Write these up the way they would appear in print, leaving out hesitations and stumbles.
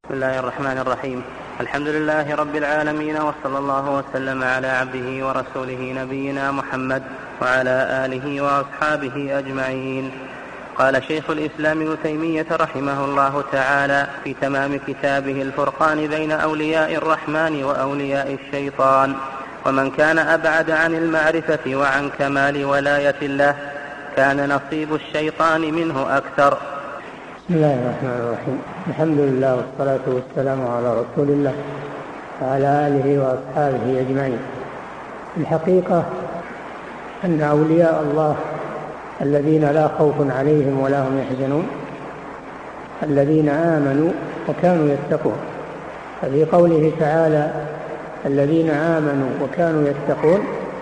بسم الله الرحمن الرحيم. الحمد لله رب العالمين، وصلى الله وسلم على عبده ورسوله نبينا محمد وعلى آله وأصحابه أجمعين. قال شيخ الإسلام ابن تيمية رحمه الله تعالى في تمام كتابه الفرقان بين أولياء الرحمن وأولياء الشيطان: ومن كان أبعد عن المعرفة وعن كمال ولاية الله كان نصيب الشيطان منه أكثر. بسم الله الرحمن الرحيم. الحمد لله والصلاة والسلام على رسول الله وعلى آله وأصحابه أجمعين. الحقيقة أن أولياء الله الذين لا خوف عليهم ولا هم يحزنون الذين آمنوا وكانوا يتقون. ففي قوله تعالى الذين آمنوا وكانوا يتقون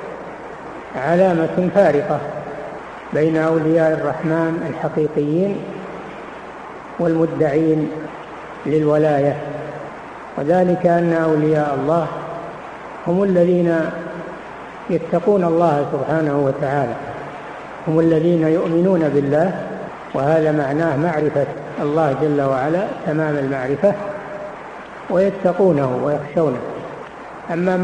علامة فارقة بين أولياء الرحمن الحقيقيين والمدعين للولاية، وذلك أن أولياء الله هم الذين يتقون الله سبحانه وتعالى، هم الذين يؤمنون بالله، وهذا معناه معرفة الله جل وعلا تمام المعرفة، ويتقونه ويخشونه. أما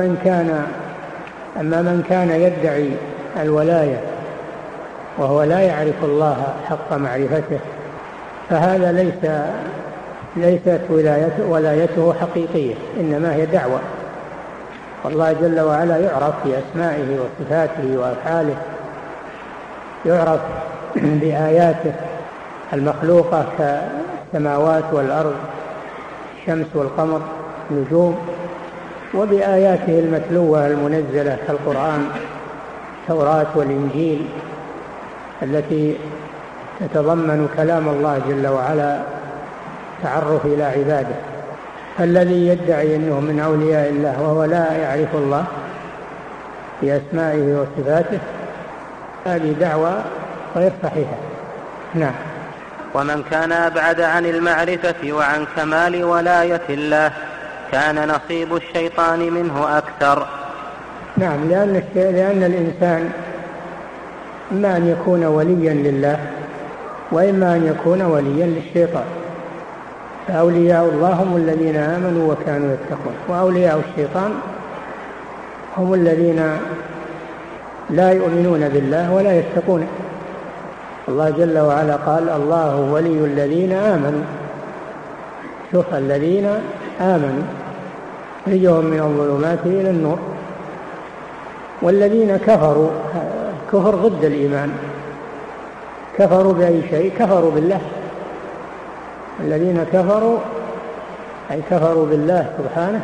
من كان يدعي الولاية وهو لا يعرف الله حق معرفته فهذا ليست ولايته حقيقية، إنما هي دعوة. والله جل وعلا يعرف في أسمائه وصفاته وأفعاله، يعرف بآياته المخلوقة كالسماوات والأرض، الشمس والقمر، النجوم، وبآياته المتلوة المنزلة كالقرآن، التوراة والإنجيل التي تتضمن كلام الله جل وعلا تعرف إلى عباده. فالذي يدعي أنه من أولياء الله وهو لا يعرف الله بأسمائه وصفاته هذه دعوة غير صحيحة. نعم. ومن كان أبعد عن المعرفة وعن كمال ولاية الله كان نصيب الشيطان منه أكثر. نعم، لأن الإنسان إما أن يكون وليا لله وإما أن يكون وليا للشيطان. فأولياء الله هم الذين آمنوا وكانوا يتقون، وأولياء الشيطان هم الذين لا يؤمنون بالله ولا يتقون. الله جل وعلا قال الله ولي الذين آمنوا. شوف، الذين آمنوا يخرجهم من الظلمات إلى النور، والذين كفروا كفر ضد الإيمان، كفروا بأي شيء؟ كفروا بالله. الذين كفروا أي كفروا بالله سبحانه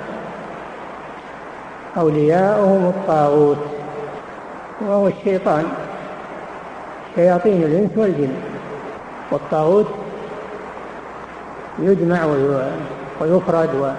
أولياؤهم الطاغوت وهو الشيطان، شياطين الإنس والجن. والطاغوت يجمع ويفرد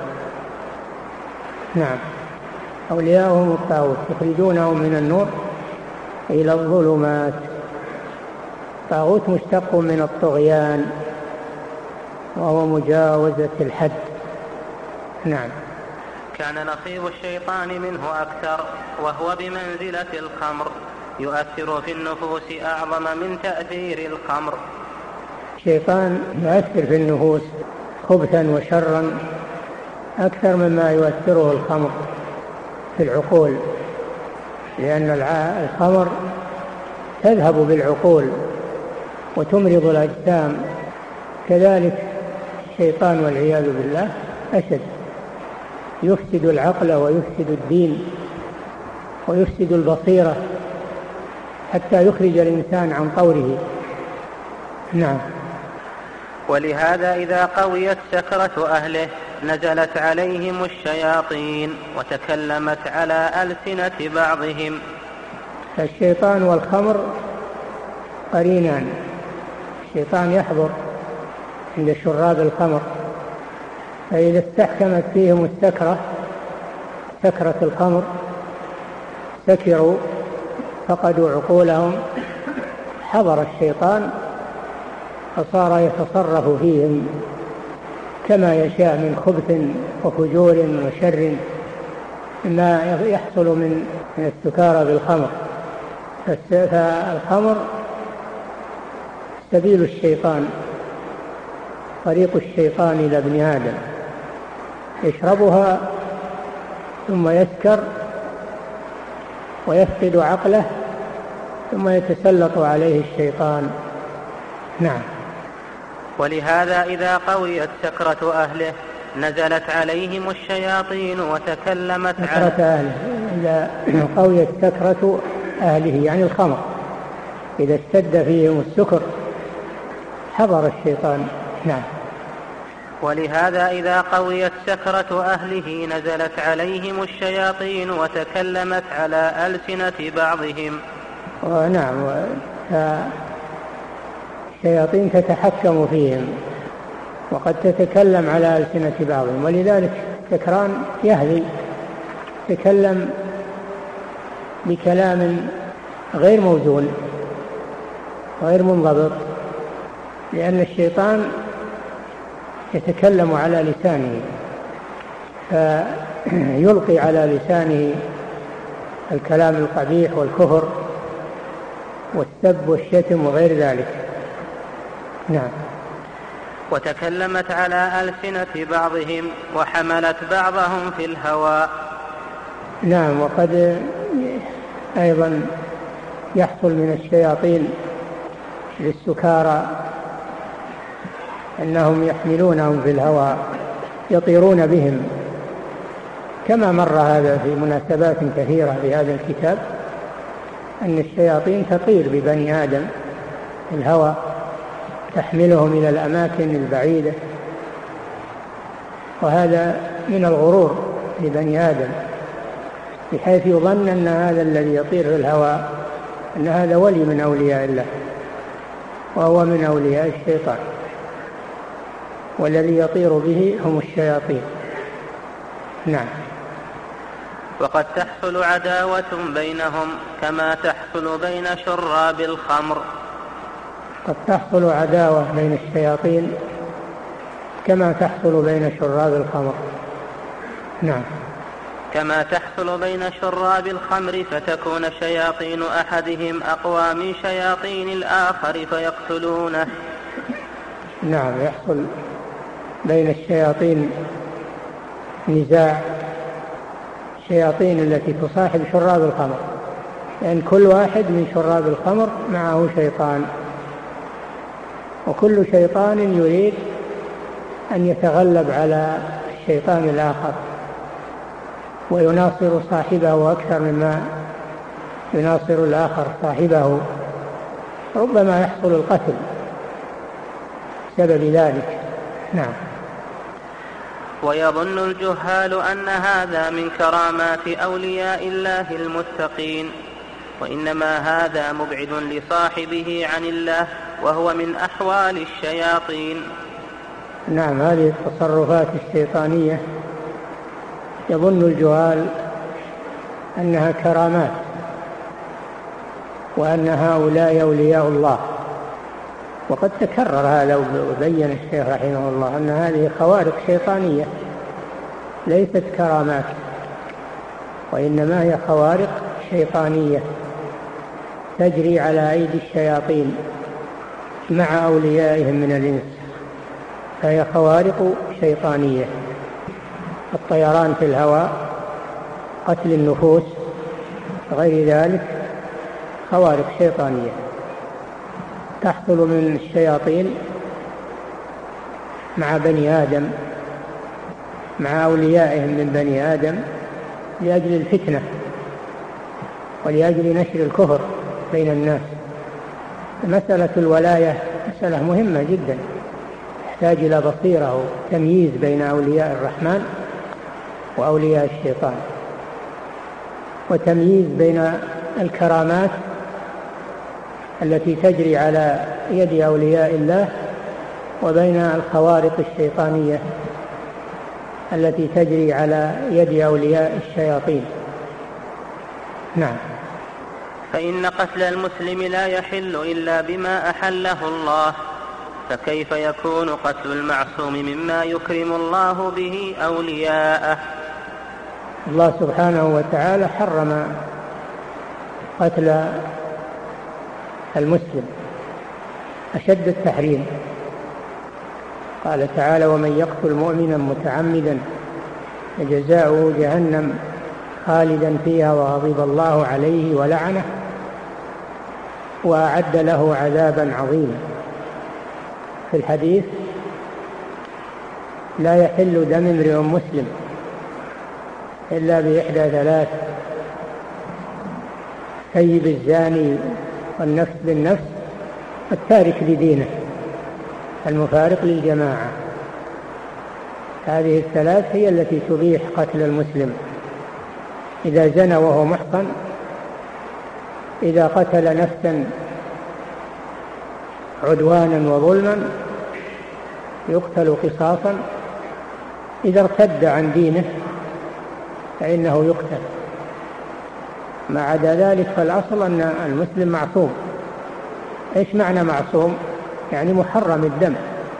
نعم، أولياؤهم الطاغوت يخرجونهم من النور إلى الظلمات. الطاغوت مشتق من الطغيان وهو مجاوزة الحد. نعم. كان نصيب الشيطان منه أكثر، وهو بمنزلة الخمر، يؤثر في النفوس أعظم من تأثير الخمر. الشيطان يؤثر في النفوس خبثا وشرا أكثر مما يؤثره الخمر في العقول، لأن الخمر تذهب بالعقول وتمرض الأجسام، كذلك الشيطان والعياذ بالله أشد، يفسد العقل ويفسد الدين ويفسد البصيرة حتى يخرج الإنسان عن طوره. نعم. ولهذا إذا قويت سكرة أهله نزلت عليهم الشياطين وتكلمت على ألسنة بعضهم. الشيطان والخمر قرينان. الشيطان يحضر عند شراب الخمر، فإذا استحكمت فيهم السكرة، سكرة الخمر، سكروا فقدوا عقولهم، حضر الشيطان فصار يتصرف فيهم كما يشاء من خبث وفجور وشر ما يحصل من السكارى بالخمر. فالخمر سبيل الشيطان، طريق الشيطان إلى ابن آدم، يشربها ثم يسكر ويفقد عقله ثم يتسلط عليه الشيطان. نعم. ولهذا إذا قويت سكرة أهله نزلت عليهم الشياطين وتكلمت سكرة أهله، إذا قويت سكرة أهله يعني الخمر، إذا اشتد فيهم السكر حضر الشيطان. نعم. ولهذا إذا قويت سكرة أهله نزلت عليهم الشياطين وتكلمت على ألسنة بعضهم. نعم، الشياطين تتحكم فيهم وقد تتكلم على ألسنة بعضهم، ولذلك السكران يهذي يتكلم بكلام غير موزون غير منضبط، لأن الشيطان يتكلم على لسانه فيلقي على لسانه الكلام القبيح والكفر والسب والشتم وغير ذلك. نعم. وتكلمت على ألسنة بعضهم وحملت بعضهم في الهوى. نعم. وقد أيضا يحصل من الشياطين للسكارى أنهم يحملونهم في الهوى يطيرون بهم، كما مر هذا في مناسبات كثيرة في هذا الكتاب، أن الشياطين تطير ببني آدم في الهوى تحملهم إلى الأماكن البعيدة، وهذا من الغرور لبني آدم بحيث يظن أن هذا الذي يطير في الهوى أن هذا ولي من أولياء الله وهو من أولياء الشيطان، والذي يطير به هم الشياطين. نعم. وقد تحصل عداوة بينهم كما تحصل بين شراب الخمر. قد تحصل عداوة بين الشياطين كما تحصل بين شراب الخمر. نعم. كما تحصل بين شراب الخمر فتكون شياطين أحدهم أقوى من شياطين الآخر فيقتلونه. نعم. يحصل بين الشياطين نزاع، الشياطين التي تصاحب شراب الخمر، لأن كل واحد من شراب الخمر معه شيطان، وكل شيطان يريد أن يتغلب على الشيطان الآخر ويناصر صاحبه أكثر مما يناصر الآخر صاحبه، ربما يحصل القتل بسبب ذلك. نعم. ويظن الجهال أن هذا من كرامات أولياء الله المتقين، وإنما هذا مبعد لصاحبه عن الله وهو من أحوال الشياطين. نعم. هذه التصرفات الشيطانية يظن الجهال أنها كرامات وأن هؤلاء أولياء الله، وقد تكرر هذا وبين الشيخ رحمه الله أن هذه خوارق شيطانية ليست كرامات، وإنما هي خوارق شيطانية تجري على أيدي الشياطين مع أوليائهم من الإنس، فهي خوارق شيطانية. الطيران في الهواء، قتل النفوس، غير ذلك خوارق شيطانية تحصل من الشياطين مع بني آدم، مع أوليائهم من بني آدم، لأجل الفتنة ولأجل نشر الكفر بين الناس. مسألة الولاية مسألة مهمة جدا، تحتاج إلى بصيرة وتمييز بين أولياء الرحمن وأولياء الشيطان، وتمييز بين الكرامات التي تجري على يد أولياء الله وبين الخوارق الشيطانية التي تجري على يد أولياء الشياطين. نعم. فإن قتل المسلم لا يحل إلا بما أحله الله، فكيف يكون قتل المعصوم مما يكرم الله به أولياءه؟ الله سبحانه وتعالى حرم قتل المسلم أشد التحريم، قال تعالى: ومن يقتل مؤمنا متعمدا جزاؤه جهنم خالدا فيها وغضب الله عليه ولعنه وأعد له عذابا عظيما. في الحديث: لا يحل دم امرئ مسلم إلا بإحدى ثلاث: سيب الزاني، والنفس بالنفس، التارك لدينه، المفارق للجماعة. هذه الثلاث هي التي تبيح قتل المسلم: إذا زنى وهو محصن، إذا قتل نفسا عدوانا وظلما يقتل قصاصا، إذا ارتد عن دينه فإنه يقتل. ما عدا ذلك فالأصل أن المسلم معصوم. إيش معنى معصوم؟ يعني محرم الدم.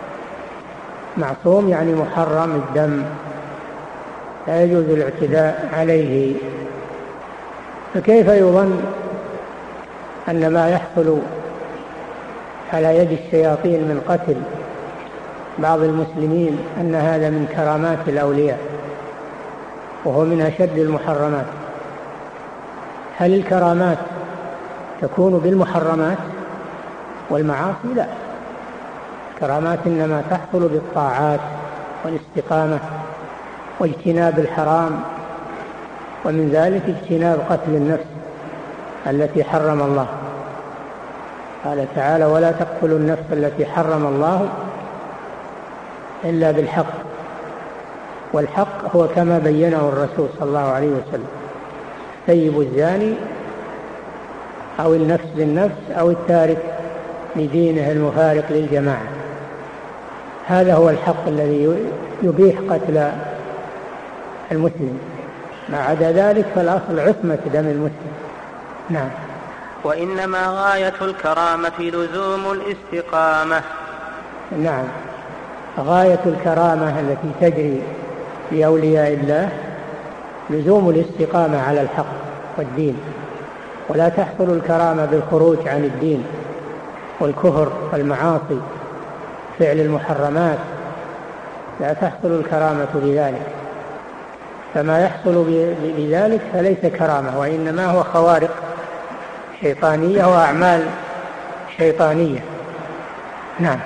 معصوم يعني محرم الدم، لا يجوز الاعتداء عليه. فكيف يظن أن ما يحصل على يد الشياطين من قتل بعض المسلمين أن هذا من كرامات الأولياء، وهو من أشد المحرمات؟ هل الكرامات تكون بالمحرمات والمعاصي؟ لا، الكرامات إنما تحصل بالطاعات والاستقامة واجتناب الحرام، ومن ذلك اجتناب قتل النفس التي حرم الله. قال تعالى: ولا تقتلوا النفس التي حرم الله إلا بالحق. والحق هو كما بينه الرسول صلى الله عليه وسلم: سيب الزاني، أو النفس بالنفس، أو التارك لدينه المفارق للجماعة. هذا هو الحق الذي يبيح قتل المسلم. ما عدا ذلك فالأصل عصمة دم المسلم. نعم. وإنما غاية الكرامة لزوم الاستقامة. نعم، غاية الكرامة التي تجري لأولياء الله لزوم الاستقامة على الحق والدين، ولا تحصل الكرامة بالخروج عن الدين والكفر والمعاصي، فعل المحرمات، لا تحصل الكرامة بذلك. فما يحصل بذلك فليس كرامة، وإنما هو خوارق شيطانية وأعمال شيطانية. نعم.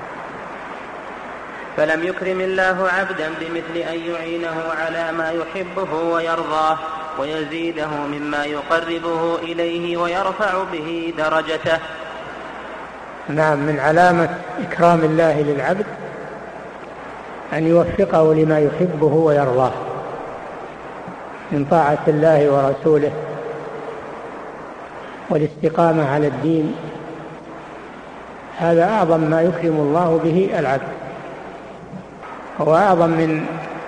فلم يكرم الله عبدا بمثل أن يعينه على ما يحبه ويرضاه ويزيده مما يقربه إليه ويرفع به درجته. نعم، من علامة إكرام الله للعبد أن يوفقه لما يحبه ويرضاه من طاعة الله ورسوله والاستقامة على الدين. هذا أعظم ما يكرم الله به العبد، هو أعظم من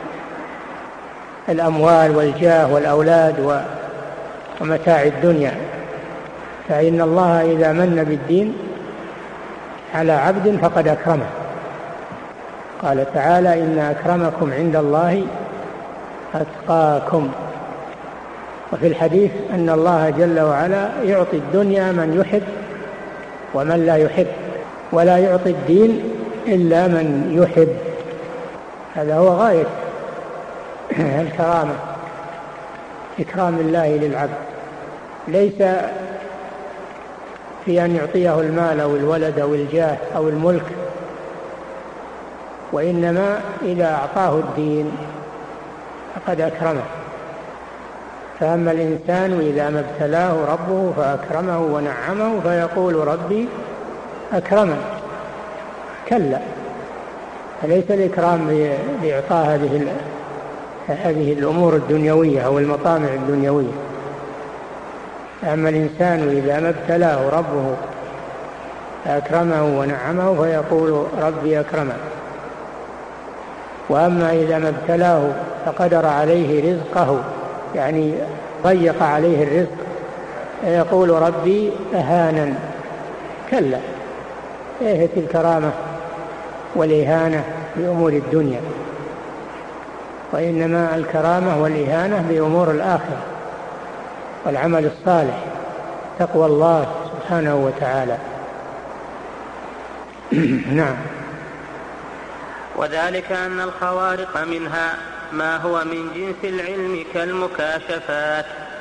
الأموال والجاه والأولاد ومتاع الدنيا. فإن الله إذا من بالدين على عبد فقد أكرمه. قال تعالى: إن أكرمكم عند الله أتقاكم. وفي الحديث أن الله جل وعلا يعطي الدنيا من يحب ومن لا يحب، ولا يعطي الدين إلا من يحب. هذا هو غاية الكرامة، إكرام الله للعبد، ليس في أن يعطيه المال أو الولد أو الجاه أو الملك، وإنما إذا أعطاه الدين فقد أكرمه. فأما الإنسان إذا ما ابتلاه ربه فأكرمه ونعمه فيقول ربي أكرمن. كلا، فليس الإكرام لإعطاء هذه الأمور الدنيوية أو المطامع الدنيوية. أما الإنسان إذا ما ابتلاه ربه فأكرمه ونعمه فيقول ربي أكرمن. وأما إذا ما ابتلاه فقدر عليه رزقه، يعني ضيق عليه الرزق، يقول ربي أهانن. كلا، إيه الكرامة والإهانة بأمور الدنيا، وإنما الكرامة والإهانة بأمور الآخرة والعمل الصالح، تقوى الله سبحانه وتعالى. نعم. وذلك أن الخوارق منها ما هو من جنس العلم كالمكاشفات.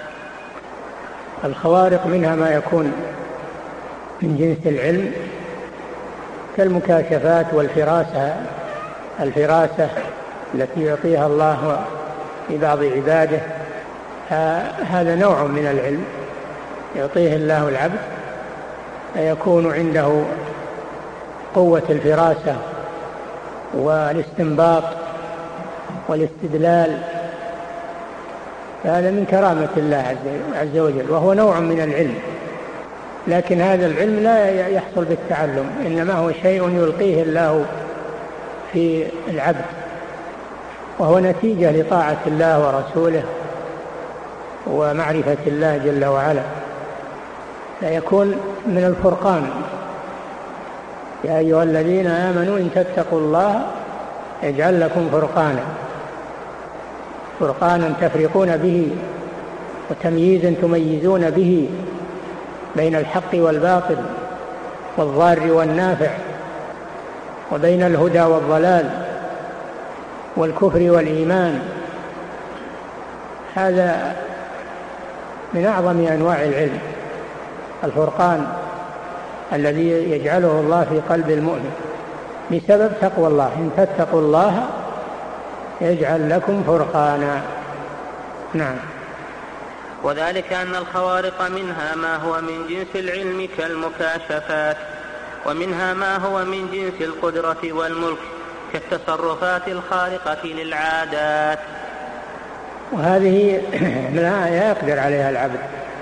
الخوارق منها ما يكون من جنس العلم كالمكاشفات والفراسة. الفراسة التي يعطيها الله لبعض عباده هذا نوع من العلم يعطيه الله العبد فيكون عنده قوة الفراسة والاستنباط والاستدلال. فهذا من كرامة الله عز وجل وهو نوع من العلم، لكن هذا العلم لا يحصل بالتعلم، إنما هو شيء يلقيه الله في العبد وهو نتيجة لطاعة الله ورسوله ومعرفة الله جل وعلا، فيكون من الفرقان. يا أيها الذين آمنوا إن تتقوا الله يجعل لكم فرقانا تفرقون به وتمييزا تميزون به بين الحق والباطل والضار والنافع وبين الهدى والضلال والكفر والإيمان. هذا من أعظم أنواع العلم، الفرقان الذي يجعله الله في قلب المؤمن بسبب تقوى الله. إن تتقوا الله يجعل لكم فرقانا. نعم. وذلك أن الخوارق منها ما هو من جنس العلم كالمكاشفات، ومنها ما هو من جنس القدرة والملك كالتصرفات الخارقة للعادات. وهذه لا يقدر عليها العبد،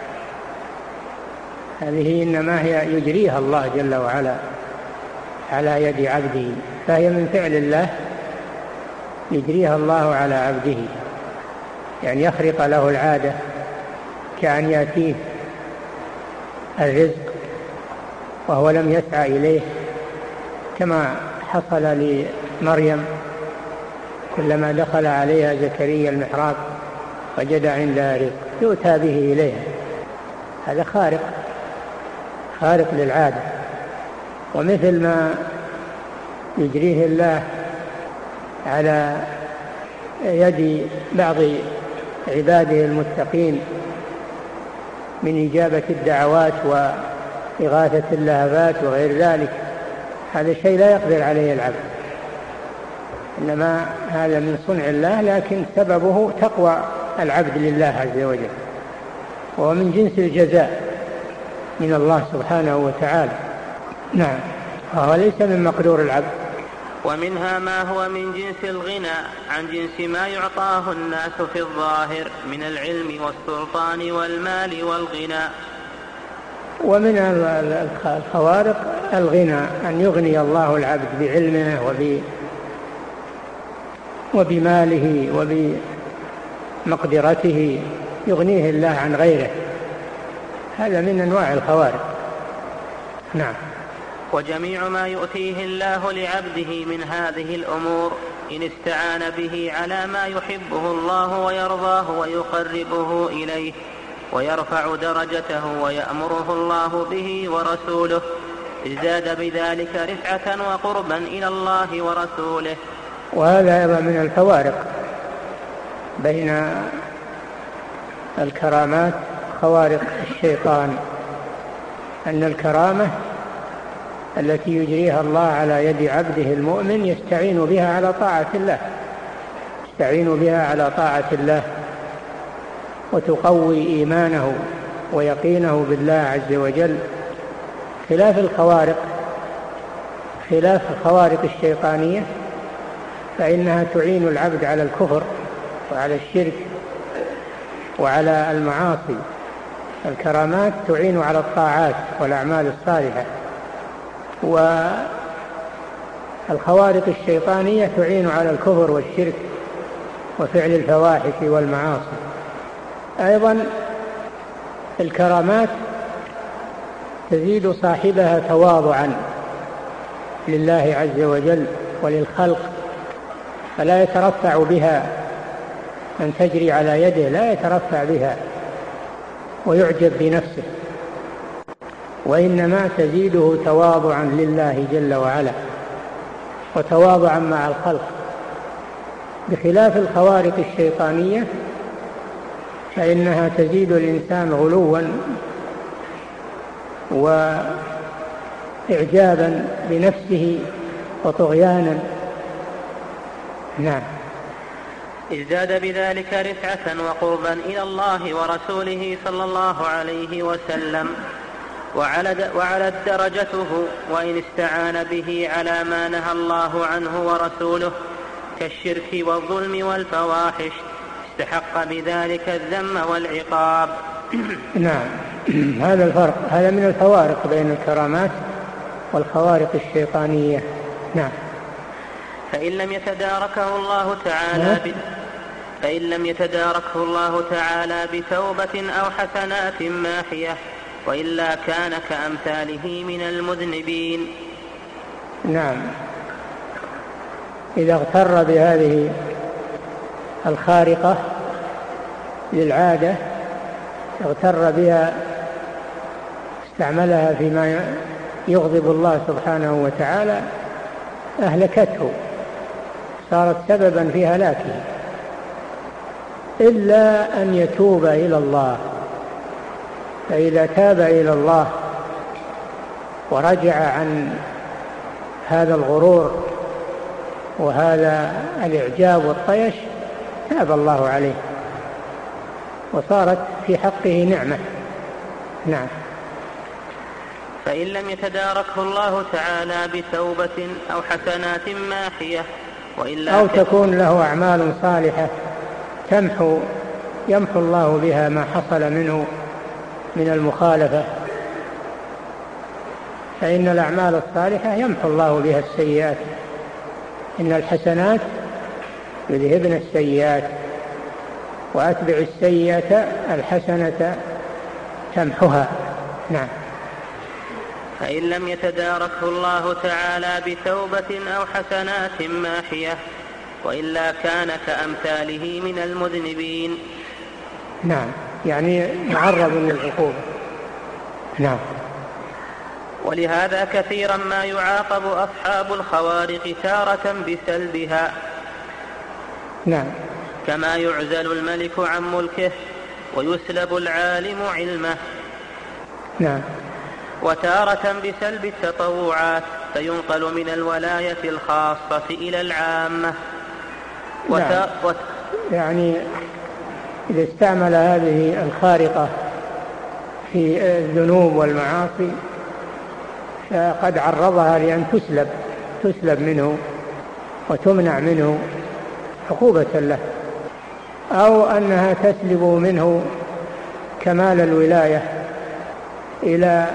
هذه إنما هي يجريها الله جل وعلا على يد عبده، فهي من فعل الله يجريها الله على عبده، يعني يخرق له العادة، كأن يأتيه الرزق وهو لم يسعى إليه، كما حصل لمريم كلما دخل عليها زكريا المحراب وجد عندها رزق يؤتى به إليها. هذا خارق للعادة. ومثل ما يجريه الله على يد بعض عباده المتقين من إجابة الدعوات وإغاثة اللهفات وغير ذلك، هذا شيء لا يقدر عليه العبد، إنما هذا من صنع الله، لكن سببه تقوى العبد لله عز وجل، وهو من جنس الجزاء من الله سبحانه وتعالى. نعم. وهو ليس من مقدور العبد. ومنها ما هو من جنس الغنى عن جنس ما يعطاه الناس في الظاهر من العلم والسلطان والمال والغنى. ومن الخوارق الغنى، أن يغني الله العبد بعلمه وبماله وبمقدرته، يغنيه الله عن غيره، هذا من أنواع الخوارق. نعم. وجميع ما يؤتيه الله لعبده من هذه الأمور إن استعان به على ما يحبه الله ويرضاه ويقربه إليه ويرفع درجته ويأمره الله به ورسوله ازداد بذلك رفعة وقربا إلى الله ورسوله. وهذا أيضا من الفوارق بين الكرامات خوارق الشيطان، أن الكرامة التي يجريها الله على يد عبده المؤمن يستعين بها على طاعة الله وتقوي إيمانه ويقينه بالله عز وجل، خلاف الخوارق الشيطانية، فإنها تعين العبد على الكفر وعلى الشرك وعلى المعاصي. الكرامات تعين على الطاعات والأعمال الصالحة، والخوارق الشيطانية تعين على الكفر والشرك وفعل الفواحش والمعاصي. أيضا الكرامات تزيد صاحبها تواضعا لله عز وجل وللخلق، فلا يترفع بها من تجري على يده، لا يترفع بها ويعجب بنفسه، وإنما تزيده تواضعا لله جل وعلا وتواضعا مع الخلق، بخلاف الخوارق الشيطانية فإنها تزيد الإنسان غلوا وإعجابا بنفسه وطغيانا. نعم. ازداد بذلك رفعة وقربا إلى الله ورسوله صلى الله عليه وسلم، وعلت درجته، وإن استعان به على ما نهى الله عنه ورسوله كالشرك والظلم والفواحش استحق بذلك الذم والعقاب. نعم. هذا الفرق، هذا من الفوارق بين الكرامات والخوارق الشيطانية. نعم. فإن لم يتداركه الله تعالى بتوبة أو حسنات ماحية، وإلا كان كأمثاله من المذنبين. نعم. إذا اغتر بهذه الخارقة للعادة، اغتر بها، استعملها فيما يغضب الله سبحانه وتعالى، أهلكته، صارت سببا في هلاكه، إلا أن يتوب إلى الله. فإذا تاب إلى الله ورجع عن هذا الغرور وهذا الإعجاب والطيش، تاب الله عليه وصارت في حقه نعمة. نعم. فإن لم يتداركه الله تعالى بتوبة أو حسنات ماحية، وإلا أو تكون له أعمال صالحة يمحو الله بها ما حصل منه من المخالفة، فإن الأعمال الصالحة يمحو الله بها السيئات، إن الحسنات يذهبن السيئات، وأتبع السيئة الحسنة تمحها. نعم. فإن لم يتداركه الله تعالى بتوبة أو حسنات ماحية، وإلا كان كأمثاله من المذنبين. نعم، يعني معرض للعقوبة. نعم. ولهذا كثيرا ما يعاقب أصحاب الخوارق تارة بسلبها. نعم. كما يعزل الملك عن ملكه ويسلب العالم علمه. نعم. وتارة بسلب التطوعات فينقل من الولاية الخاصة إلى العامة. نعم. يعني إذا استعمل هذه الخارقة في الذنوب والمعاصي فقد عرضها لأن تسلب منه وتمنع منه عقوبة له، أو أنها تسلب منه كمال الولاية إلى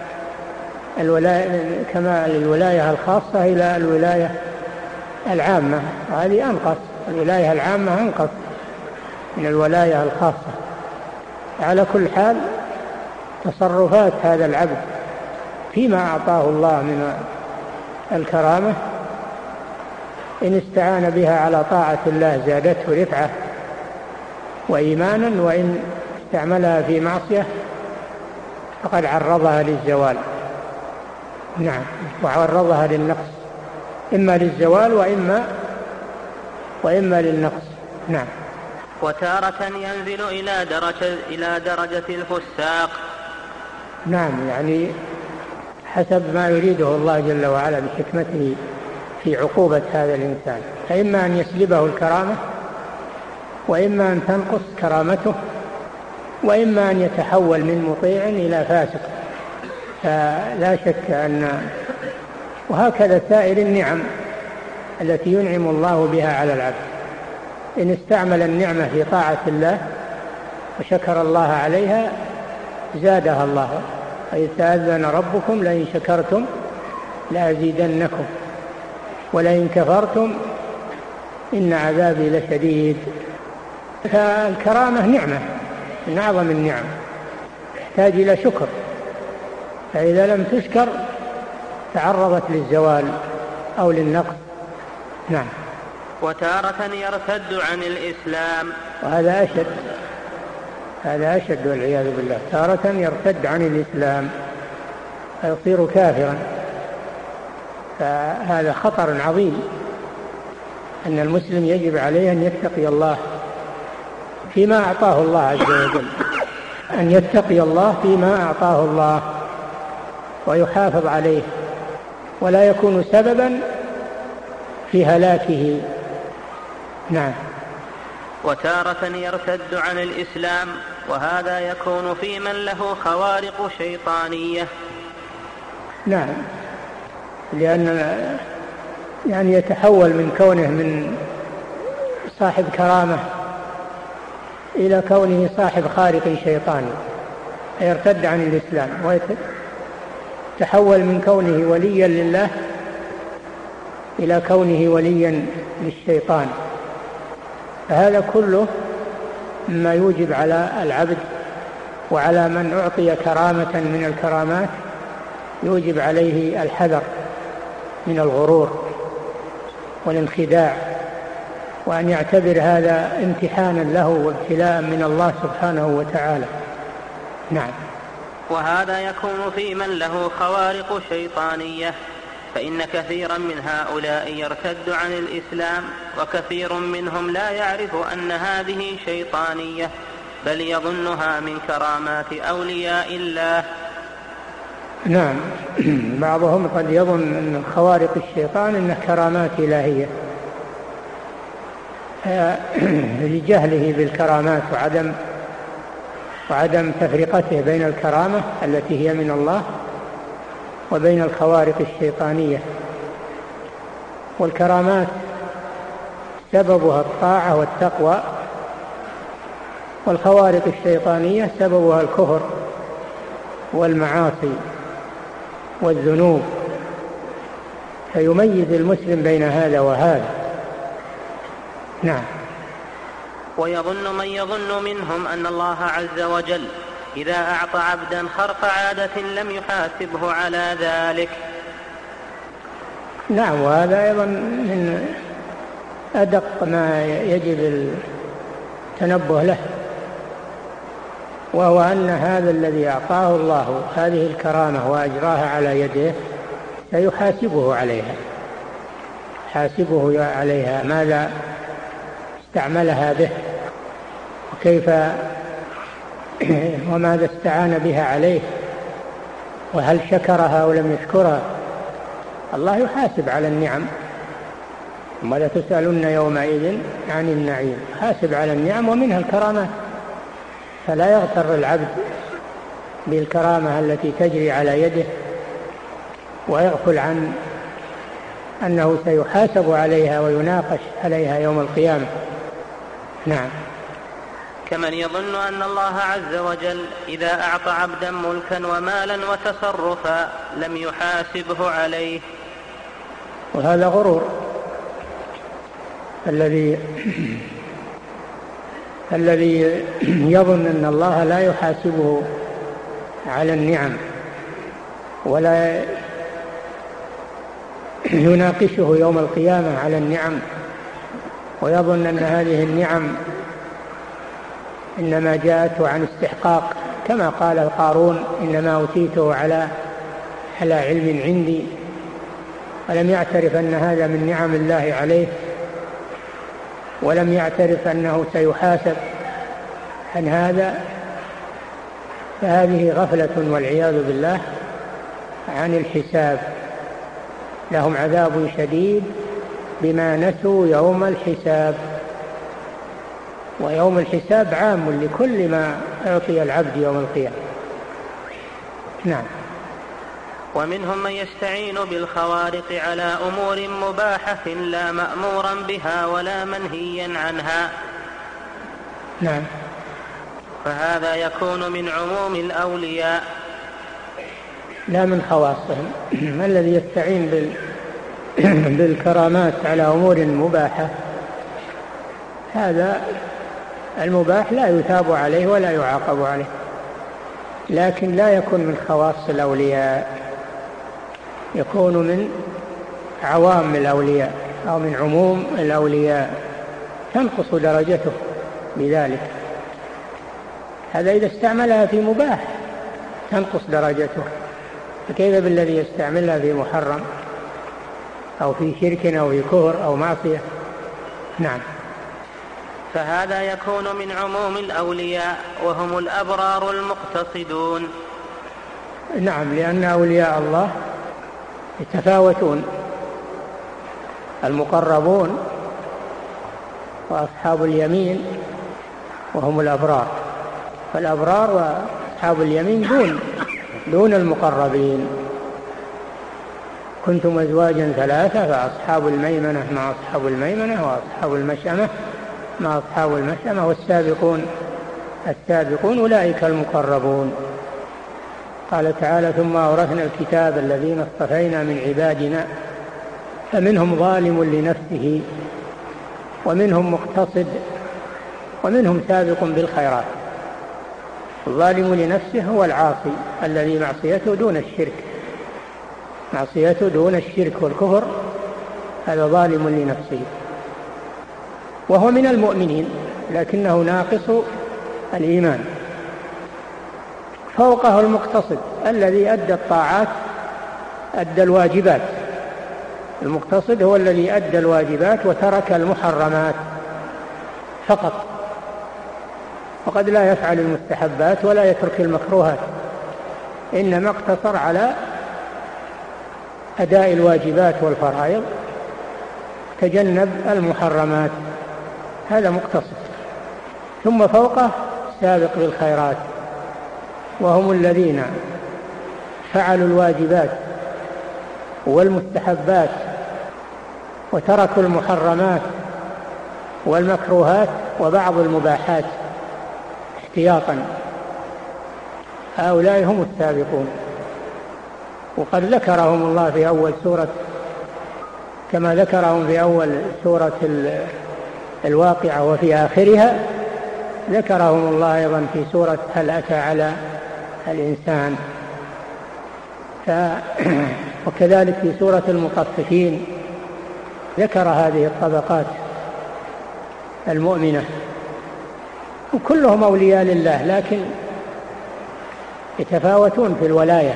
كمال الولاية الخاصة إلى الولاية العامة، وهذه أنقص، الولاية العامة أنقص من الولاية الخاصة. على كل حال تصرفات هذا العبد فيما أعطاه الله من الكرامة إن استعان بها على طاعة الله زادته رفعة وإيمانا، وإن استعملها في معصية فقد عرضها للزوال. نعم. وعرضها للنقص، إما للزوال وإما للنقص. نعم. وتارة ينزل إلى درجة الفساق. نعم، يعني حسب ما يريده الله جل وعلا بحكمته في عقوبة هذا الإنسان، فإما أن يسلبه الكرامة، وإما أن تنقص كرامته، وإما أن يتحول من مطيع إلى فاسق. فلا شك أن وهكذا سائر النعم التي ينعم الله بها على العبد، إن استعمل النعمة في طاعة الله وشكر الله عليها زادها الله، وإذ تأذن ربكم لئن شكرتم لأزيدنكم ولئن كفرتم إن عذابي لشديد. فالكرامة نعمة من أعظم النعم، تحتاج إلى شكر، فإذا لم تشكر تعرضت للزوال أو للنقص. نعم. وتارة يرتد عن الإسلام، وهذا أشد والعياذ بالله. تارة يرتد عن الإسلام فيصير كافرا، فهذا خطر عظيم أن المسلم يجب عليه أن يتقي الله فيما أعطاه الله عز وجل، أن يتقي الله فيما أعطاه الله ويحافظ عليه، ولا يكون سببا في هلاكه. نعم. وتارة يرتد عن الإسلام، وهذا يكون في من له خوارق شيطانية. نعم، لأن يعني يتحول من كونه من صاحب كرامة إلى كونه صاحب خارق شيطاني، يرتد عن الإسلام ويتحول من كونه وليا لله إلى كونه وليا للشيطان. فهذا كله مما يوجب على العبد وعلى من أعطي كرامة من الكرامات يوجب عليه الحذر من الغرور والانخداع، وأن يعتبر هذا امتحانا له وابتلاء من الله سبحانه وتعالى. نعم. وهذا يكون في من له خوارق شيطانية، فإن كثيرا من هؤلاء يرتد عن الإسلام، وكثير منهم لا يعرف أن هذه شيطانية، بل يظنها من كرامات أولياء الله. نعم، بعضهم قد يظن أن خوارق الشيطان أنها كرامات إلهية لجهله بالكرامات وعدم تفرقته بين الكرامة التي هي من الله وبين الخوارق الشيطانية. والكرامات سببها الطاعة والتقوى، والخوارق الشيطانية سببها الكفر والمعاصي والذنوب، فيميز المسلم بين هذا وهذا. نعم. ويظن من يظن منهم أن الله عز وجل إذا أعطى عبدا خرق عادة لم يحاسبه على ذلك. نعم، وهذا أيضا من أدق ما يجب التنبه له، وهو أن هذا الذي أعطاه الله هذه الكرامة وأجراها على يده سيحاسبه عليها، حاسبه عليها ماذا استعملها به، وكيف وماذا استعان بها عليه، وهل شكرها أو لم يشكرها. الله يحاسب على النعم، ولا تسألن يومئذ عن النعيم، حاسب على النعم ومنها الكرامات، فلا يغتر العبد بالكرامة التي تجري على يده ويغفل عن أنه سيحاسب عليها ويناقش عليها يوم القيامة. نعم. كمن يظن أن الله عز وجل إذا أعطى عبدا ملكا ومالا وتصرفا لم يحاسبه عليه، وهذا غرور. الذي يظن أن الله لا يحاسبه على النعم ولا يناقشه يوم القيامة على النعم، ويظن أن هذه النعم إنما جاءته عن استحقاق، كما قال قارون إنما أوتيته على علم عندي، ولم يعترف أن هذا من نعم الله عليه، ولم يعترف أنه سيحاسب عن هذا، فهذه غفلة والعياذ بالله عن الحساب. لهم عذاب شديد بما نسوا يوم الحساب، ويوم الحساب عام لكل ما أعطي العبد يوم القيامة. نعم. ومنهم من يستعين بالخوارق على أمور مباحة لا مأمورا بها ولا منهيا عنها. نعم. فهذا يكون من عموم الأولياء لا من خواصهم. الذي يستعين بالكرامات على أمور مباحة، هذا المباح لا يثاب عليه ولا يعاقب عليه، لكن لا يكون من خواص الأولياء، يكون من عوام الأولياء أو من عموم الأولياء، تنقص درجته بذلك. هذا إذا استعملها في مباح تنقص درجته، فكيف بالذي يستعملها في محرم أو في شرك أو في كفر أو معصية؟ نعم. فهذا يكون من عموم الأولياء وهم الأبرار المقتصدون. نعم، لأن أولياء الله يتفاوتون، المقربون وأصحاب اليمين وهم الأبرار، فالأبرار وأصحاب اليمين دون المقربين. كنتم أزواجا ثلاثة فأصحاب الميمنة مع أصحاب الميمنة وأصحاب المشأمة مع أصحاب المشأمة والسابقون السابقون أولئك المقربون. قال تعالى: ثم أورثنا الكتاب الذين اصطفينا من عبادنا فمنهم ظالم لنفسه ومنهم مقتصد ومنهم سابق بالخيرات. الظالم لنفسه هو العاصي الذي معصيته دون الشرك، معصيته دون الشرك والكفر، هذا ظالم لنفسه، وهو من المؤمنين لكنه ناقص الإيمان. فوقه المقتصد الذي أدى الطاعات، أدى الواجبات. المقتصد هو الذي أدى الواجبات وترك المحرمات فقط، وقد لا يفعل المستحبات ولا يترك المكروهات، إنما اقتصر على أداء الواجبات والفرائض، تجنب المحرمات، هذا مقتصد. ثم فوقه سابق بالخيرات، وهم الذين فعلوا الواجبات والمستحبات وتركوا المحرمات والمكروهات وبعض المباحات احتياطا، هؤلاء هم السابقون. وقد ذكرهم الله في أول سورة، كما ذكرهم في أول سورة الواقعة وفي آخرها، ذكرهم الله أيضا في سورة هل أتى على الإنسان، وكذلك في سورة المطففين ذكر هذه الطبقات المؤمنة، وكلهم أولياء لله لكن يتفاوتون في الولاية.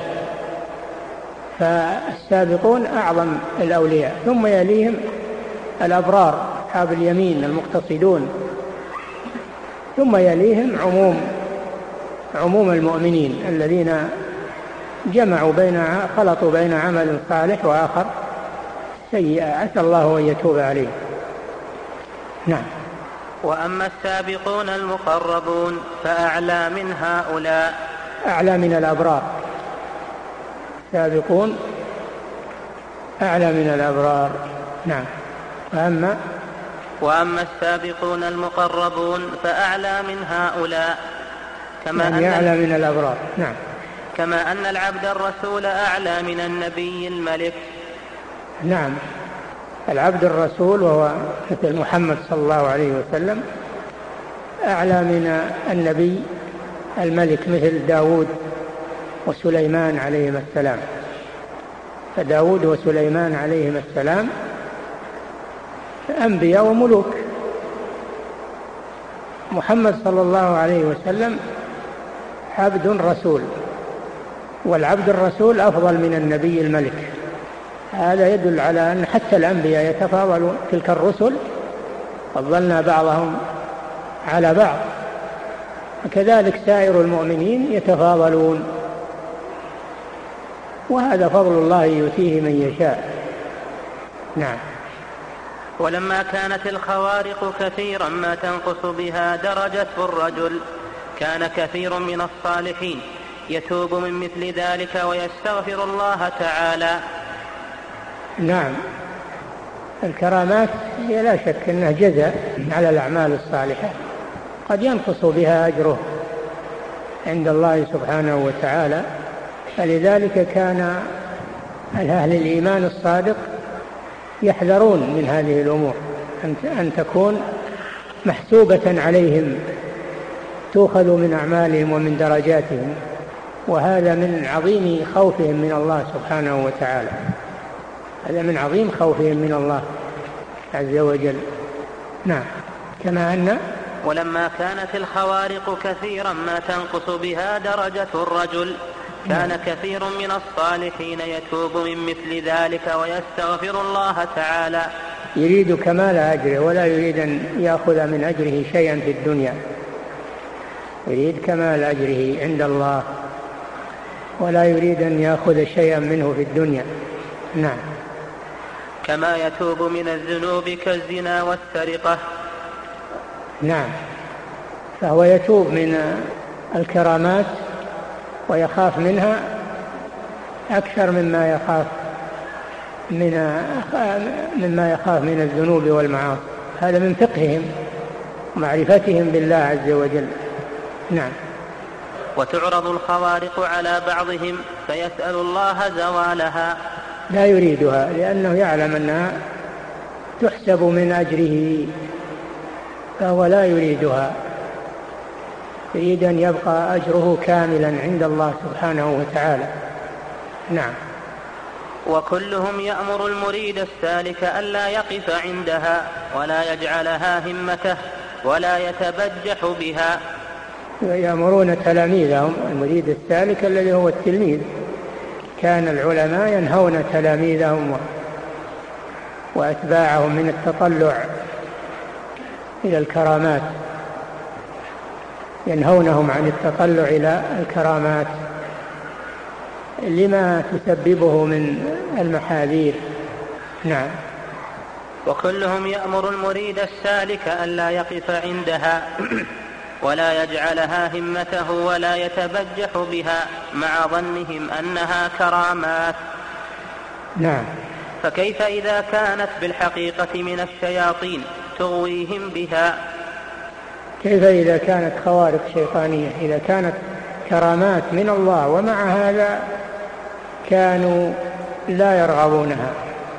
فالسابقون أعظم الأولياء، ثم يليهم الأبرار أصحاب اليمين المقتصدون، ثم يليهم عموم المؤمنين الذين جمعوا خلطوا بين عمل صالح وآخر سيئة، عسى الله أن يتوب عليه. نعم. وأما السابقون المقربون فأعلى من هؤلاء، أعلى من الأبرار، السابقون أعلى من الأبرار. نعم. وأما السابقون المقربون فأعلى من هؤلاء، يعني أعلى من الأبرار. نعم. كما أن العبد الرسول أعلى من النبي الملك. نعم، العبد الرسول وهو مثل محمد صلى الله عليه وسلم أعلى من النبي الملك مثل داود وسليمان عليهما السلام. فداود وسليمان عليهما السلام أنبياء وملوك. محمد صلى الله عليه وسلم عبد رسول، والعبد الرسول أفضل من النبي الملك. هذا يدل على أن حتى الأنبياء يتفاضلون، تلك الرسل فضلنا بعضهم على بعض، وكذلك سائر المؤمنين يتفاضلون، وهذا فضل الله يؤتيه من يشاء. نعم. ولما كانت الخوارق كثيرا ما تنقص بها درجة الرجل، كان كثير من الصالحين يتوب من مثل ذلك ويستغفر الله تعالى. نعم، الكرامات هي لا شك أنها جزاء على الأعمال الصالحة، قد ينقص بها أجره عند الله سبحانه وتعالى. فلذلك كان أهل الإيمان الصادق يحذرون من هذه الأمور، أن تكون محسوبة عليهم، تؤخذ من أعمالهم ومن درجاتهم، وهذا من عظيم خوفهم من الله سبحانه وتعالى، هذا من عظيم خوفهم من الله عز وجل. نعم. كما أن ولما كانت الخوارق كثيرا ما تنقص بها درجة الرجل، كان كثير من الصالحين يتوب من مثل ذلك ويستغفر الله تعالى. يريد كمال أجره ولا يريد أن يأخذ من أجره شيئا في الدنيا، يريد كمال أجره عند الله ولا يريد أن يأخذ شيئا منه في الدنيا. نعم. كما يتوب من الذنوب كالزنا والسرقة. نعم، فهو يتوب من الكرامات ويخاف منها أكثر مما يخاف من الذنوب والمعاصي، هذا من فقههم ومعرفتهم بالله عز وجل. نعم. وتعرض الخوارق على بعضهم فيسأل الله زوالها. لا يريدها لأنه يعلم أنها تحسب من أجره، فهو لا يريدها، يريد أن يبقى أجره كاملا عند الله سبحانه وتعالى. نعم. وكلهم يأمر المريد السالك ألا يقف عندها ولا يجعلها همته ولا يتبجح بها. يأمرون تلاميذهم، المريد السالك الذي هو التلميذ، كان العلماء ينهون تلاميذهم وأتباعهم من التطلع إلى الكرامات، ينهونهم عن التطلع إلى الكرامات لما تسببه من المحاذير. نعم. وكلهم يأمر المريد السالك ألا يقف عندها ولا يجعلها همته ولا يتبجح بها مع ظنهم أنها كرامات. نعم. فكيف إذا كانت بالحقيقة من الشياطين تغويهم بها؟ كيف إذا كانت خوارق شيطانية؟ إذا كانت كرامات من الله ومع هذا كانوا لا يرغبونها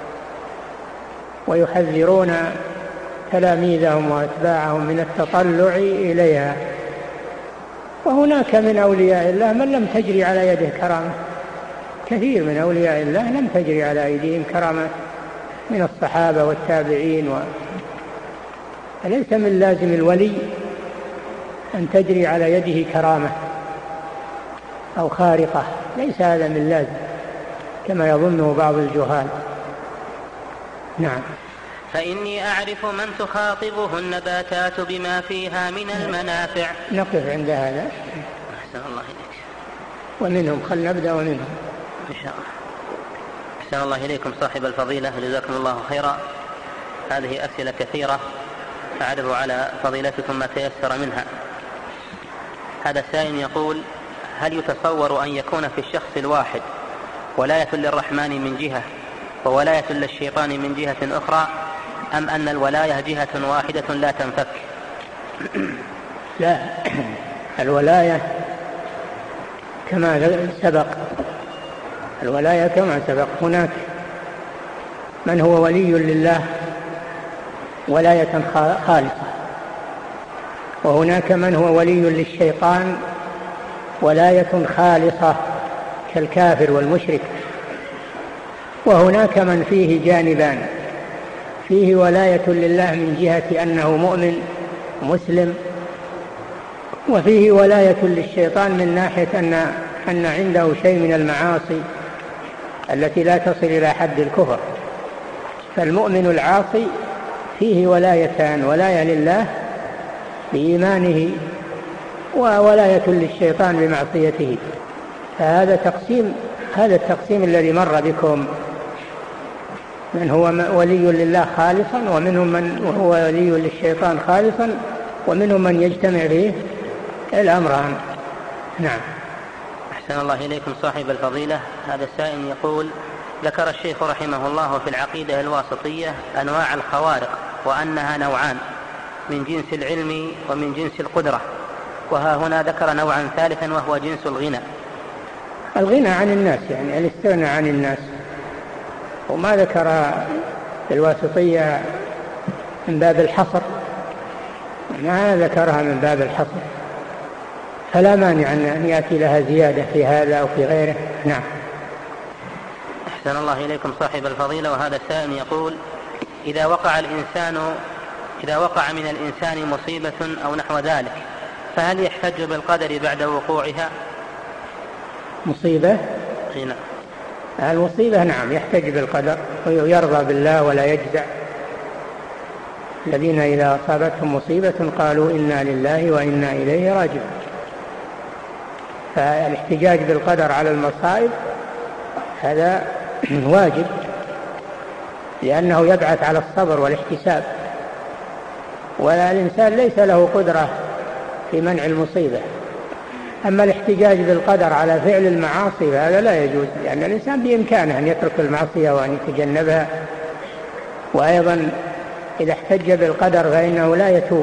ويحذرون تلاميذهم وأتباعهم من التطلع إليها. وهناك من أولياء الله من لم تجري على يده كرامة، كثير من أولياء الله لم تجري على أيديهم كرامات من الصحابة والتابعين فليس من لازم الولي أن تجري على يده كرامة أو خارقة، ليس هذا من لازم كما يظنه بعض الجهال. نعم. فإني أعرف من تخاطبه النباتات بما فيها من المنافع. نقف عند هذا. أحسن الله إليك. ومنهم خل نبدأ ومنهم إن شاء الله. أحسن الله إليكم صاحب الفضيلة، جزاكم الله خيرا. هذه أسئلة كثيرة أعرض على فضيلتكم ما تيسر منها. هذا السائل يقول: هل يتصور أن يكون في الشخص الواحد ولاية للرحمن من جهة وولاية للشيطان من جهة أخرى، أم أن الولاية جهة واحدة لا تنفك؟ لا، الولاية كما سبق، الولاية كما سبق، هناك من هو ولي لله ولاية خالصة، وهناك من هو ولي للشيطان ولاية خالصة كالكافر والمشرك، وهناك من فيه جانبان، فيه ولاية لله من جهة أنه مؤمن مسلم، وفيه ولاية للشيطان من ناحية أن عنده شيء من المعاصي التي لا تصل إلى حد الكفر. فالمؤمن العاصي فيه ولايتان، ولاية لله بإيمانه وولاية للشيطان بمعصيته. فهذا تقسيم، هذا التقسيم الذي مر بكم، من هو ولي لله خالصا، ومنهم من هو ولي للشيطان خالصا، ومنهم من يجتمع فيه الأمران. نعم. أحسن الله إليكم صاحب الفضيلة. هذا السائل يقول: ذكر الشيخ رحمه الله في العقيدة الواسطية أنواع الخوارق وأنها نوعان، من جنس العلم ومن جنس القدرة، وها هنا ذكر نوعا ثالثا وهو جنس الغنى. الغنى عن الناس، يعني الاستغناء عن الناس، وما ذكر الواسطية من باب الحصر، ما ذكرها من باب الحصر، فلا مانع أن يأتي لها زيادة في هذا أو في غيره. نعم. أحسن الله إليكم صاحب الفضيلة. وهذا السائل يقول: إذا وقع من الإنسان مصيبة أو نحو ذلك، فهل يحتج بالقدر بعد وقوعها؟ مصيبة؟ نعم. المصيبة نعم يحتج بالقدر ويرضى بالله ولا يجزع الذين إذا أصابتهم مصيبة قالوا إنا لله وإنا إليه راجعون. فالاحتجاج بالقدر على المصائب هذا واجب، لأنه يبعث على الصبر والاحتساب، والإنسان ليس له قدرة في منع المصيبة. أما الاحتجاج بالقدر على فعل المعاصي فهذا لا يجوز، لأن الإنسان بإمكانه أن يترك المعصية وأن يتجنبها. وأيضا إذا احتج بالقدر فإنه لا يتوب،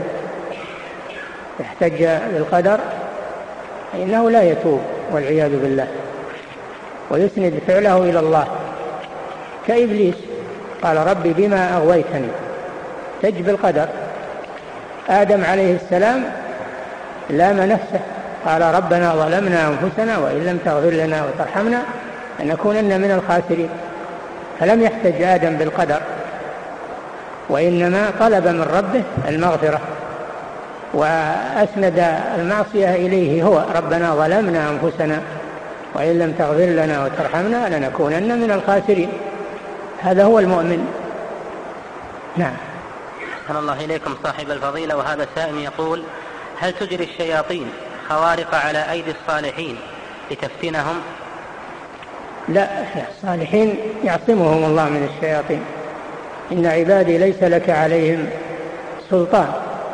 احتج بالقدر فإنه لا يتوب والعياذ بالله، ويسند فعله إلى الله، كإبليس قال ربي بما أغويتني، احتج بالقدر. آدم عليه السلام لام نفسه، قال ربنا ظلمنا أنفسنا وإن لم تغفر لنا وترحمنا لنكونن من الخاسرين. فلم يحتج آدم بالقدر، وإنما طلب من ربه المغفرة وأسند المعصية إليه هو، ربنا ظلمنا أنفسنا وإن لم تغفر لنا وترحمنا لنكونن من الخاسرين. هذا هو المؤمن. نعم. أحسن الله إليكم صاحب الفضيلة. وهذا سائل يقول: هل تجري الشياطين خوارق على أيدي الصالحين لتفتنهم؟ لا، الصالحين يعصمهم الله من الشياطين. إن عبادي ليس لك عليهم سلطان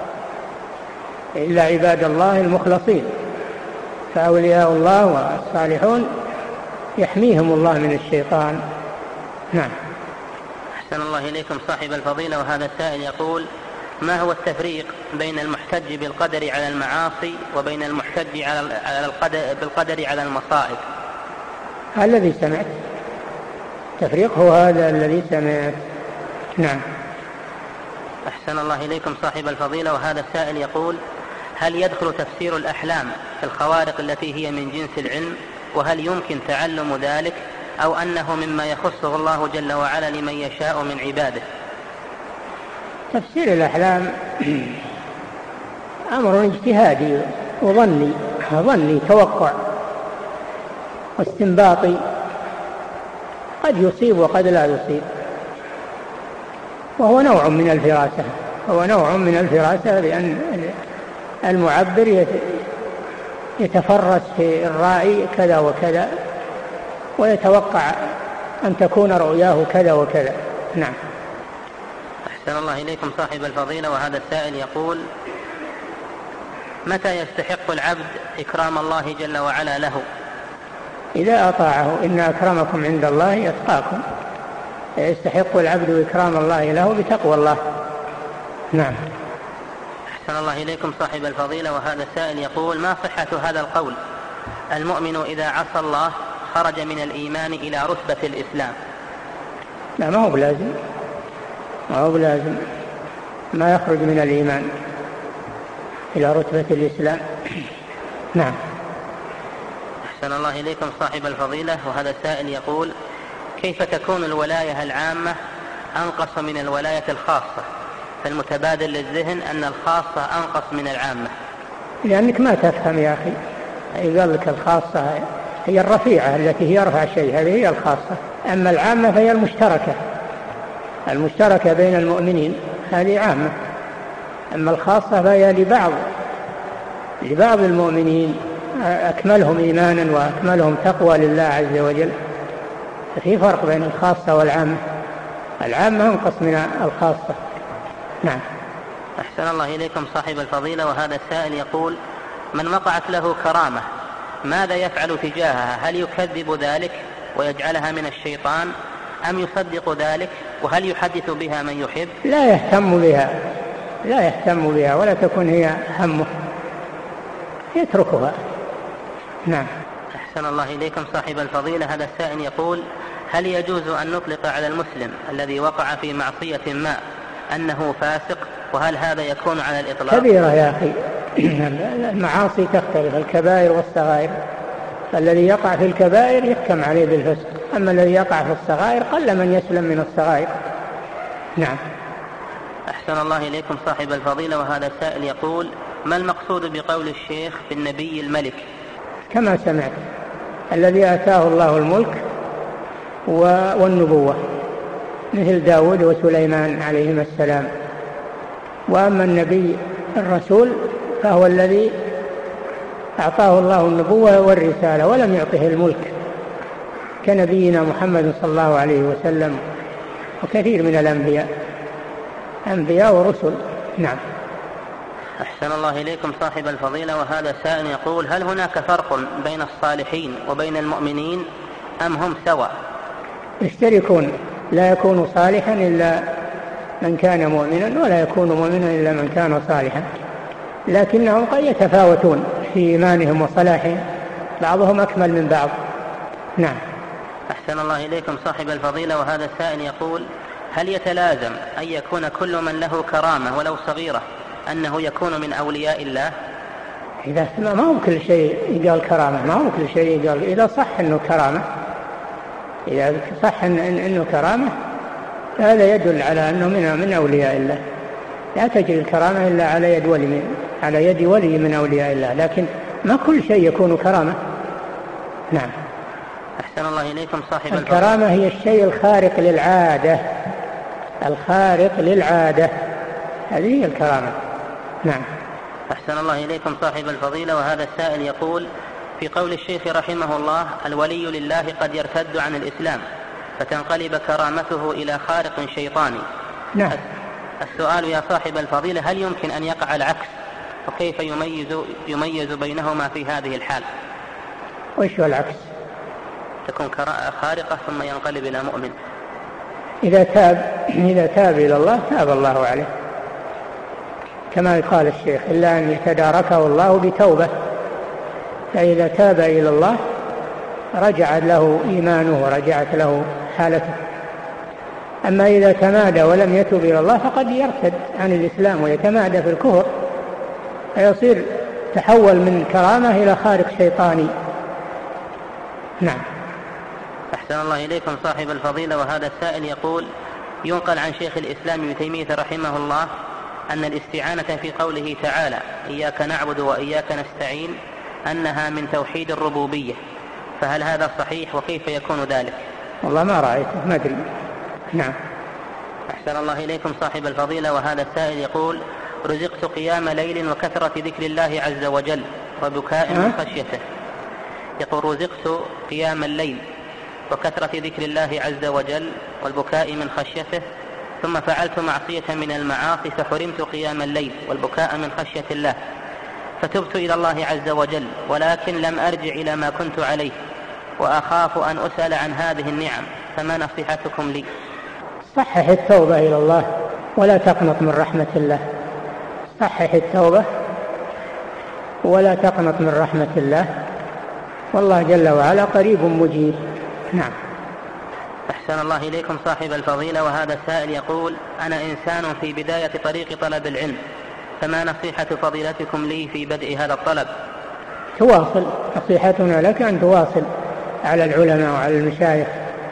إلا عباد الله المخلصين، فأولياء الله والصالحون يحميهم الله من الشيطان. نعم. أحسن الله إليكم صاحب الفضيلة. وهذا سائل يقول: ما هو التفريق بين المحتج بالقدر على المعاصي وبين المحتج بالقدر على المصائب؟ الذي سمعت التفريق هو هذا الذي سمعت. نعم. أحسن الله إليكم صاحب الفضيلة. وهذا السائل يقول: هل يدخل تفسير الأحلام في الخوارق التي هي من جنس العلم؟ وهل يمكن تعلم ذلك أو أنه مما يخصه الله جل وعلا لمن يشاء من عباده؟ تفسير الأحلام أمر اجتهادي وظني توقع واستنباطي، قد يصيب وقد لا يصيب، وهو نوع من الفراسة، لأن المعبر يتفرس في الرائي كذا وكذا ويتوقع أن تكون رؤياه كذا وكذا. نعم. أحسن الله إليكم صاحب الفضيلة. وهذا السائل يقول: متى يستحق العبد إكرام الله جل وعلا له؟ إذا أطاعه. إن أكرمكم عند الله أتقاكم. يستحق العبد إكرام الله له بتقوى الله. نعم. أحسن الله إليكم صاحب الفضيلة. وهذا السائل يقول: ما صحة هذا القول: المؤمن إذا عصى الله خرج من الإيمان إلى رتبة الإسلام؟ لا، ما هو بلازم، ما يخرج من الإيمان إلى رتبة الإسلام. نعم. أحسن الله إليكم صاحب الفضيلة. وهذا السائل يقول: كيف تكون الولاية العامة أنقص من الولاية الخاصة؟ فالمتبادل للذهن أن الخاصة أنقص من العامة. لأنك ما تفهم يا أخي. قال لك الخاصة هي الرفيعة التي هي رفع شيء، هذه هي الخاصة. أما العامة فهي المشتركة بين المؤمنين، هذه عامة. أما الخاصة فهي لبعض المؤمنين، أكملهم إيمانا وأكملهم تقوى لله عز وجل. ففي فرق بين الخاصة والعامة. العامة أنقص من الخاصة. نعم. أحسن الله إليكم صاحب الفضيلة. وهذا السائل يقول: من وقعت له كرامة ماذا يفعل تجاهها؟ هل يكذب ذلك ويجعلها من الشيطان أم يصدق ذلك؟ وهل يحدث بها من يحب؟ لا يهتم بها ولا تكون هي همه، يتركها. نعم. أحسن الله إليكم صاحب الفضيلة. هذا السائل يقول: هل يجوز أن نطلق على المسلم الذي وقع في معصية ما أنه فاسق؟ وهل هذا يكون على الإطلاق؟ كبيرة يا أخي. المعاصي تختلف، الكبائر والصغائر. الذي يقع في الكبائر يحكم عليه بالفسق، أما الذي يقع في الصغائر قل من يسلم من الصغائر. نعم. أحسن الله إليكم صاحب الفضيلة. وهذا السائل يقول: ما المقصود بقول الشيخ في النبي الملك؟ كما سمعت، الذي آتاه الله الملك والنبوة، مثل داود وسليمان عليهما السلام. وأما النبي الرسول فهو الذي أعطاه الله النبوة والرسالة ولم يعطه الملك كنبينا محمد صلى الله عليه وسلم وكثير من الأنبياء، أنبياء ورسل. نعم. أحسن الله إليكم صاحب الفضيلة، وهذا سائل يقول: هل هناك فرق بين الصالحين وبين المؤمنين أم هم سواء؟ يشتركون، لا يكون صالحا إلا من كان مؤمنا ولا يكون مؤمنا إلا من كان صالحا، لكنهم قد يتفاوتون في إيمانهم وصلاحهم، بعضهم أكمل من بعض. نعم. أحسن الله إليكم صاحب الفضيلة، وهذا السائل يقول: هل يتلازم أن يكون كل من له كرامة ولو صغيرة أنه يكون من أولياء الله؟ إذا ما هو كل شيء يقال كرامة، ما هو كل شيء يقال، إذا صح أنه كرامة، إذا صح أنه كرامة هذا يدل على أنه من أولياء الله. لا تجري الكرامة إلا على يد ولي من أولياء الله، لكن ما كل شيء يكون كرامة. نعم. أحسن الله إليكم صاحب الكرامة هي الشيء الخارق للعادة، الخارق للعادة، هذه هي الكرامة. نعم. أحسن الله إليكم صاحب الفضيلة، وهذا السائل يقول: في قول الشيخ رحمه الله: الولي لله قد يرتد عن الإسلام فتنقلب كرامته إلى خارق شيطاني. نعم. السؤال يا صاحب الفضيلة: هل يمكن أن يقع العكس؟ وكيف يميز بينهما في هذه الحال؟ وش هو العكس؟ تكون خارقة ثم ينقلب إلى مؤمن. إذا تاب إلى الله تاب الله عليه، كما قال الشيخ: إلا أن يتداركه الله بتوبة، فإذا تاب إلى الله رجع له إيمانه ورجعت له حالته. أما إذا تمادى ولم يتوب إلى الله فقد يرتد عن الإسلام ويتمادى في الكفر، فيصير تحول من كرامة إلى خارق شيطاني. نعم. أحسن الله إليكم صاحب الفضيلة، وهذا السائل يقول: ينقل عن شيخ الإسلام ابن تيمية رحمه الله أن الاستعانة في قوله تعالى: إياك نعبد وإياك نستعين أنها من توحيد الربوبية، فهل هذا صحيح وكيف يكون ذلك؟ والله ما رأيته، ما أدري. نعم. أحسن الله إليكم صاحب الفضيلة، وهذا السائل يقول: رزقت قيام ليل وكثرة ذكر الله عز وجل وبكاء من خشيته. يقول: رزقت قيام الليل وكثرة ذكر الله عز وجل والبكاء من خشيته، ثم فعلت معصية من المعاصي فحرمت قيام الليل والبكاء من خشية الله، فتبت إلى الله عز وجل، ولكن لم أرجع إلى ما كنت عليه، وأخاف أن أسأل عن هذه النعم، فما نصيحتكم لي؟ صحح التوبة إلى الله ولا تقنط من رحمة الله، صحح التوبة ولا تقنط من رحمة الله، والله جل وعلا قريب مجيب. نعم. أحسن الله إليكم صاحب الفضيلة، وهذا السائل يقول: أنا إنسان في بداية طريق طلب العلم، فما نصيحة فضيلتكم لي في بدء هذا الطلب؟ تواصل، نصيحتنا لك أن تواصل على العلماء وعلى المشايخ،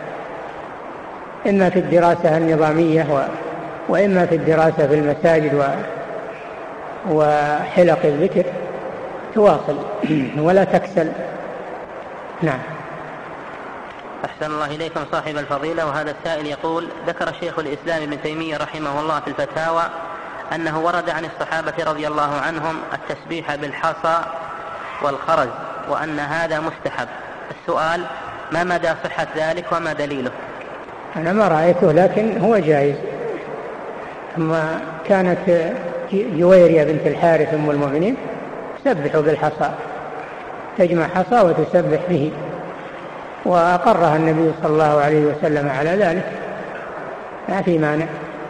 إما في الدراسة النظامية وإما في الدراسة في المساجد وحلق الذكر، تواصل ولا تكسل. نعم. أحسن الله إليكم صاحب الفضيلة، وهذا السائل يقول: ذكر شيخ الإسلام ابن تيمية رحمه الله في الفتاوى أنه ورد عن الصحابة رضي الله عنهم التسبيح بالحصى والخرز، وأن هذا مستحب. السؤال: ما مدى صحة ذلك وما دليله؟ أنا ما رأيته لكن هو جائز. أما كانت جويرية بنت الحارث أم المؤمنين تسبح بالحصى، تجمع حصى وتسبح به، وأقرها النبي صلى الله عليه وسلم على ذلك، ما في مانع.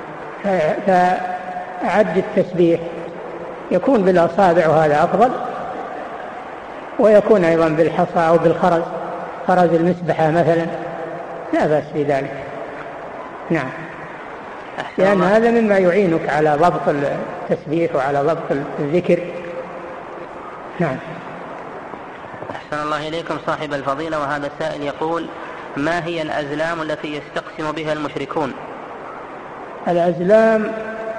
فأعد التسبيح يكون بالأصابع وهذا أفضل، ويكون أيضا بالحصى أو بالخرز، خرز المسبحة مثلا، لا بأس في ذلك. نعم. لأن هذا مما يعينك على ضبط التسبيح وعلى ضبط الذكر. نعم. أحسن الله إليكم صاحب الفضيلة، وهذا السائل يقول: ما هي الأزلام التي يستقسم بها المشركون؟ الأزلام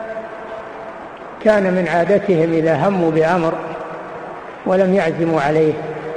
كان من عادتهم إذا هموا بأمر ولم يعزموا عليه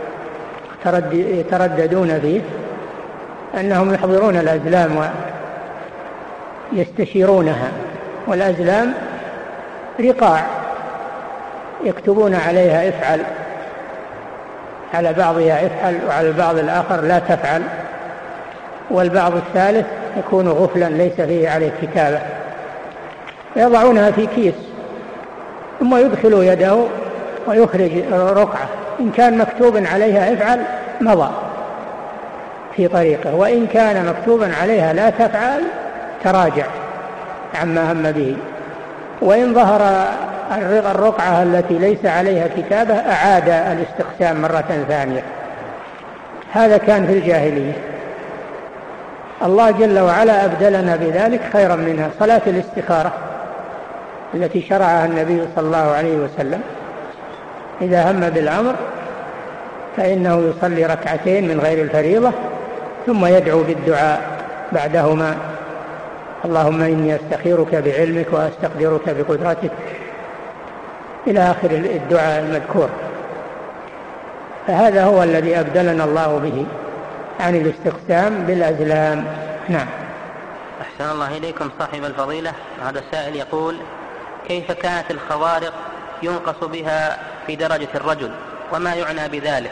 يترددون فيه أنهم يحضرون الأزلام ويستشيرونها. والأزلام رقاع يكتبون عليها افعل، على بعضها افعل وعلى البعض الآخر لا تفعل، والبعض الثالث يكون غفلا ليس فيه عليه كتابة، يضعونها في كيس ثم يدخل يده ويخرج رقعة، إن كان مكتوب عليها افعل مضى في طريقه، وإن كان مكتوبا عليها لا تفعل تراجع عما هم به، وإن ظهر الرقعة التي ليس عليها كتابة أعاد الاستقسام مرة ثانية. هذا كان في الجاهلية. الله جل وعلا أبدلنا بذلك خيرا منها، صلاة الاستخارة التي شرعها النبي صلى الله عليه وسلم، إذا هم بالأمر فإنه يصلي ركعتين من غير الفريضة ثم يدعو بالدعاء بعدهما: اللهم إني أستخيرك بعلمك وأستقدرك بقدرتك، إلى آخر الدعاء المذكور. فهذا هو الذي أبدلنا الله به عن الاستقسام بالأزلام. نعم. أحسن الله إليكم صاحب الفضيلة. هذا السائل يقول: كيف كانت الخوارق ينقص بها في درجة الرجل، وما يعنى بذلك؟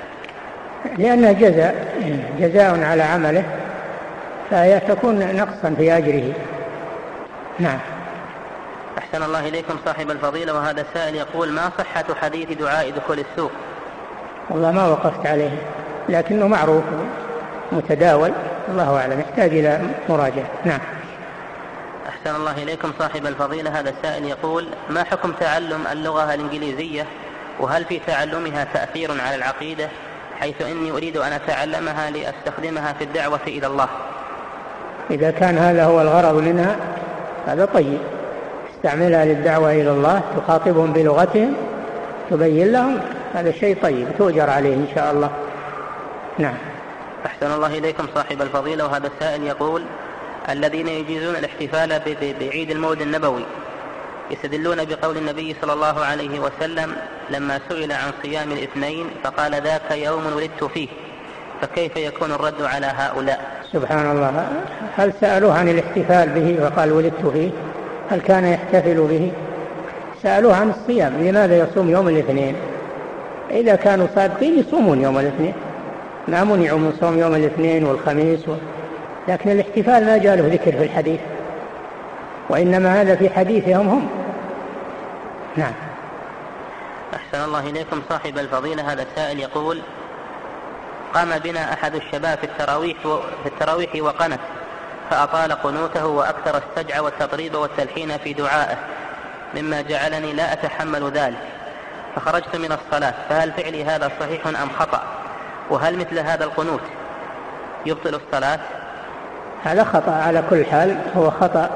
لأنها جزاء على عمله، فهي تكون نقصا في أجره. نعم. أحسن الله إليكم صاحب الفضيلة. وهذا السائل يقول: ما صحة حديث دعاء دخول السوق؟ والله ما وقفت عليه، لكنه معروف متداول، الله أعلم، يحتاج إلى مراجعة. نعم. أحسن الله إليكم صاحب الفضيلة. هذا السائل يقول: ما حكم تعلم اللغة الإنجليزية، وهل في تعلمها تأثير على العقيدة، حيث إني أريد أن أتعلمها لأستخدمها في الدعوة إلى الله؟ إذا كان هذا هو الغرض منها هذا طيب، استعملها للدعوة إلى الله، تخاطبهم بلغتهم، تبين لهم، هذا شيء طيب تؤجر عليه إن شاء الله. نعم. أحسن الله إليكم صاحب الفضيلة. وهذا السائل يقول: الذين يجيزون الاحتفال بعيد المولد النبوي يستدلون بقول النبي صلى الله عليه وسلم لما سئل عن صيام الاثنين فقال: ذاك يوم ولدت فيه، فكيف يكون الرد على هؤلاء؟ سبحان الله، هل سألوه عن الاحتفال به وقال ولدت فيه؟ هل كان يحتفل به؟ سألوه عن الصيام، لماذا يصوم يوم الاثنين؟ إذا كانوا صادقين يصومون يوم الاثنين، ما منعوا من صوم يوم الاثنين والخميس لكن الاحتفال ما جاء له ذكر في الحديث، وإنما هذا في حديثهم هم. نعم. أحسن الله إليكم صاحب الفضيلة. هذا السائل يقول: قام بنا أحد الشباب في التراويح وقنت، فأطال قنوته وأكثر السجع والتطريب والتلحين في دعائه، مما جعلني لا أتحمل ذلك، فخرجت من الصلاة. فهل فعلي هذا صحيح أم خطأ؟ وهل مثل هذا القنوت يبطل الصلاة؟ هذا خطأ على كل حال، هو خطأ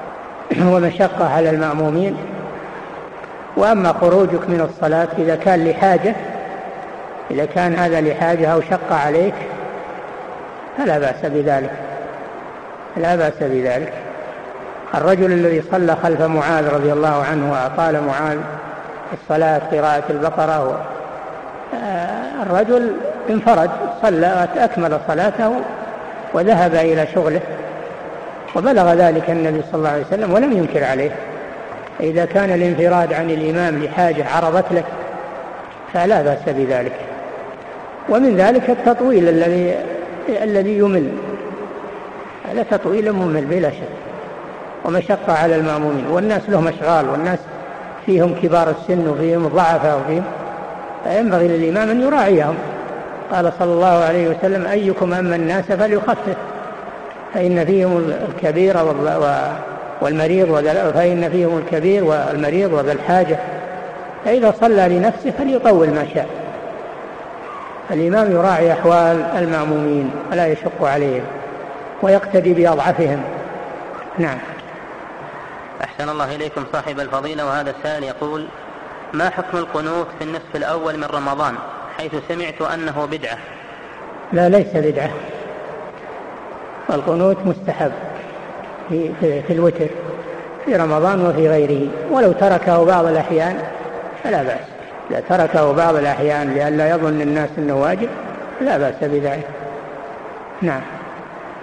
ومشقة على المأمومين. وأما خروجك من الصلاة إذا كان لحاجة، إذا كان هذا لحاجة أو شق عليك فلا بأس بذلك، لا بأس بذلك. الرجل الذي صلى خلف معاذ رضي الله عنه وأطال معاذ الصلاة قراءة البقرة، الرجل انفرد صلى أكمل صلاته وذهب إلى شغله، وبلغ ذلك النبي صلى الله عليه وسلم ولم ينكر عليه. إذا كان الانفراد عن الإمام لحاجة عرضت لك فلا بأس بذلك. ومن ذلك التطويل الذي يمل، هذا تطويل ممل بلا شك ومشقة على المأمومين، والناس لهم أشغال، والناس فيهم كبار السن وفيهم الضعفاء وفيهم، فينبغي للإمام أن يراعيهم. قال صلى الله عليه وسلم: أيكم أما الناس فليخفف، فإن فيهم الكبير والمريض فإن فيهم الكبير والمريض وذا الحاجة، فإذا صلى لنفسه فليطول ما شاء. الإمام يراعي أحوال المأمومين ولا يشق عليهم ويقتدي بأضعفهم. نعم. أحسن الله إليكم صاحب الفضيلة. وهذا السائل يقول: ما حكم القنوت في النصف الأول من رمضان، حيث سمعت أنه بدعة؟ لا، ليس بدعة، القنوت مستحب في الوتر في رمضان وفي غيره، ولو تركه بعض الأحيان فلا بأس. إذا تركه بعض الأحيان لئلا يظن الناس أنه واجب لا بأس بذلك. نعم.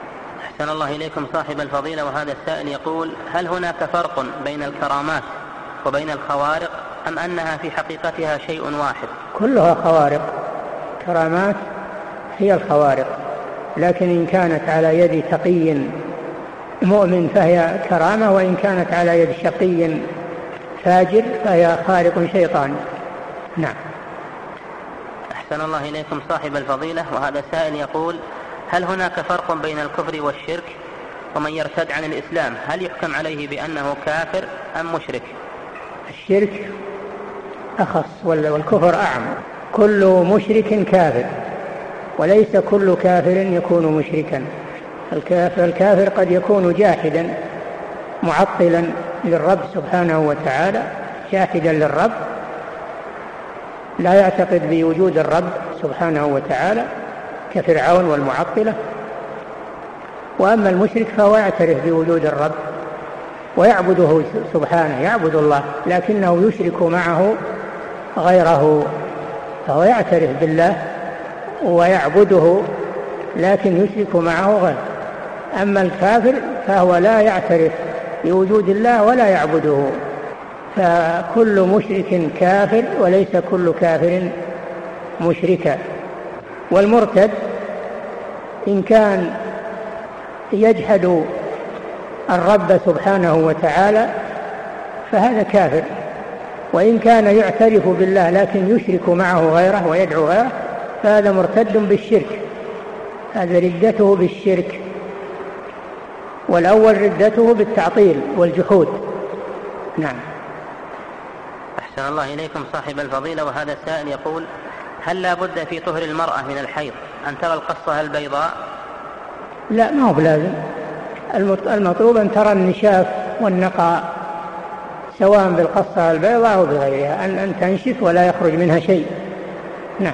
أحسن الله إليكم صاحب الفضيلة. وهذا السائل يقول: هل هناك فرق بين الكرامات وبين الخوارق، أم أنها في حقيقتها شيء واحد؟ كلها خوارق. كرامات هي الخوارق، لكن إن كانت على يد تقي مؤمن فهي كرامة، وإن كانت على يد شقي فاجر فهي خارق شيطاني. نعم. أحسن الله إليكم صاحب الفضيلة، وهذا سائل يقول: هل هناك فرق بين الكفر والشرك؟ ومن يرتد عن الإسلام هل يحكم عليه بأنه كافر أم مشرك؟ الشرك أخص والكفر أعم. كل مشرك كافر، وليس كل كافر يكون مشركا. الكافر قد يكون جاحدا معطلا للرب سبحانه وتعالى، جاحدا للرب، لا يعتقد بوجود الرب سبحانه وتعالى كفرعون والمعطلة. وأما المشرك فهو يعترف بوجود الرب ويعبده سبحانه، يعبد الله لكنه يشرك معه غيره، فهو يعترف بالله ويعبده لكن يشرك معه غيره. أما الكافر فهو لا يعترف بوجود الله ولا يعبده، فكل مشرك كافر وليس كل كافر مشركا. والمرتد إن كان يجحد الرب سبحانه وتعالى فهذا كافر، وإن كان يعترف بالله لكن يشرك معه غيره ويدعو غيره فهذا مرتد بالشرك، هذا ردته بالشرك. والأول ردته بالتعطيل والجحود. نعم. أحسن الله إليكم صاحب الفضيلة، وهذا السائل يقول: هل لا بد في طهر المرأة من الحيض أن ترى القصة البيضاء؟ لا، ما هو بلازم. المطلوب أن ترى النشاف والنقاء سواء بالقصة البيضاء أو بغيرها، أن تنشف ولا يخرج منها شيء. نعم.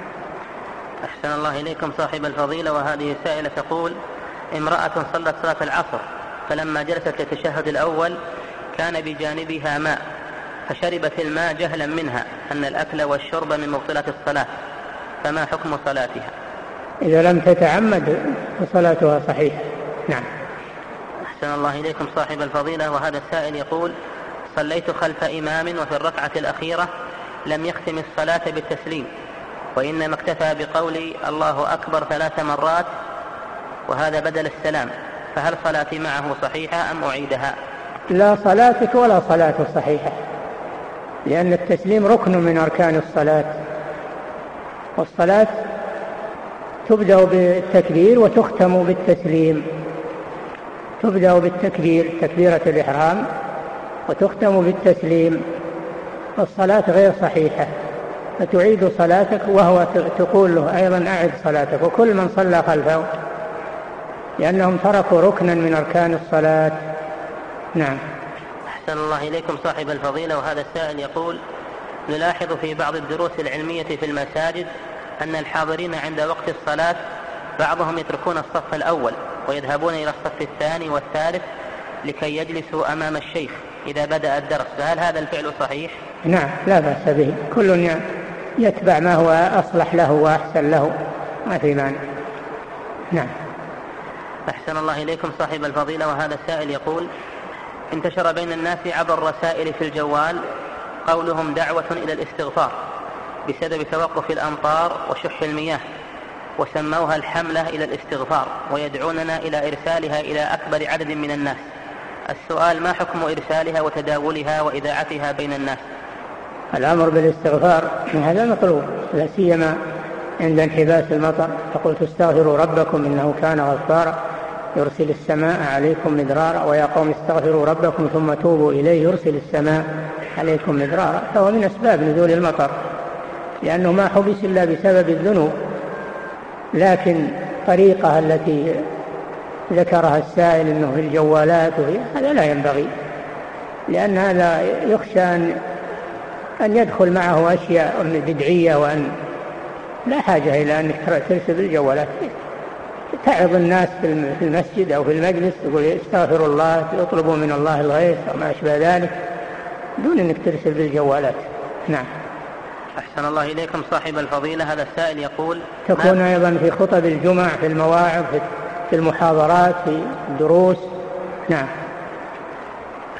أحسن الله إليكم صاحب الفضيلة، وهذه سائلة تقول: امرأة صلت صلاة العصر، فلما جلست للتشهد الأول كان بجانبها ماء، فشربت الماء جهلا منها أن الأكل والشرب من مبطلات الصلاة، فما حكم صلاتها؟ إذا لم تتعمد فصلاتها صحيحة. نعم. أحسن الله إليكم صاحب الفضيلة، وهذا السائل يقول: صليت خلف إمام وفي الركعة الأخيرة لم يختم الصلاة بالتسليم، وإنما اكتفى بقول الله أكبر 3 مرات وهذا بدل السلام، فهل صلاتي معه صحيحة أم أعيدها؟ لا صلاتك ولا صلاته صحيحة، لأن التسليم ركن من أركان الصلاة، والصلاة تبدأ بالتكبير وتختم بالتسليم. تبدأ بالتكبير تكبيرة الإحرام وتختم بالتسليم، والصلاة غير صحيحة، فتعيد صلاتك وهو تقول له أيضا أعد صلاتك، وكل من صلى خلفه، لأنهم تركوا ركنا من أركان الصلاة. نعم. أحسن الله إليكم صاحب الفضيلة، وهذا السائل يقول: نلاحظ في بعض الدروس العلمية في المساجد أن الحاضرين عند وقت الصلاة بعضهم يتركون الصف الأول ويذهبون إلى الصف الثاني والثالث لكي يجلسوا أمام الشيخ إذا بدأ الدرس، فهل هذا الفعل صحيح؟ نعم، لا بأس به، كل يتبع ما هو أصلح له وأحسن له، ما في مانع. نعم. أحسن الله إليكم صاحب الفضيلة، وهذا السائل يقول: انتشر بين الناس عبر الرسائل في الجوال قولهم دعوة إلى الاستغفار بسبب توقف الأمطار وشح المياه، وسموها الحملة إلى الاستغفار، ويدعوننا إلى إرسالها إلى أكبر عدد من الناس. السؤال: ما حكم إرسالها وتداولها وإذاعتها بين الناس؟ الأمر بالاستغفار هذا مطلوب، لا سيما عند انحباس المطر، فقل استغفروا ربكم إنه كان غفارا يرسل السماء عليكم مدرارا، ويا قوم استغفروا ربكم ثم توبوا إليه يرسل السماء عليكم مدرارا، فهو من أسباب نزول المطر، لأنه ما حبس إلا بسبب الذنوب. لكن طريقة التي ذكرها السائل أنه في الجوالات هذا لا ينبغي، لأن هذا يخشى أن يدخل معه أشياء بدعية، وأن لا حاجة إلى أنك ترسل الجوالات. تعظ الناس في المسجد أو في المجلس تقول استغفروا الله، يطلبوا من الله الغيث وما أشبه ذلك، دون أنك ترسل بالجوالات. نعم. أحسن الله إليكم صاحب الفضيلة، هذا السائل يقول: تكون أيضا في خطب الجمع، في المواعظ، في المحاضرات، في الدروس. نعم.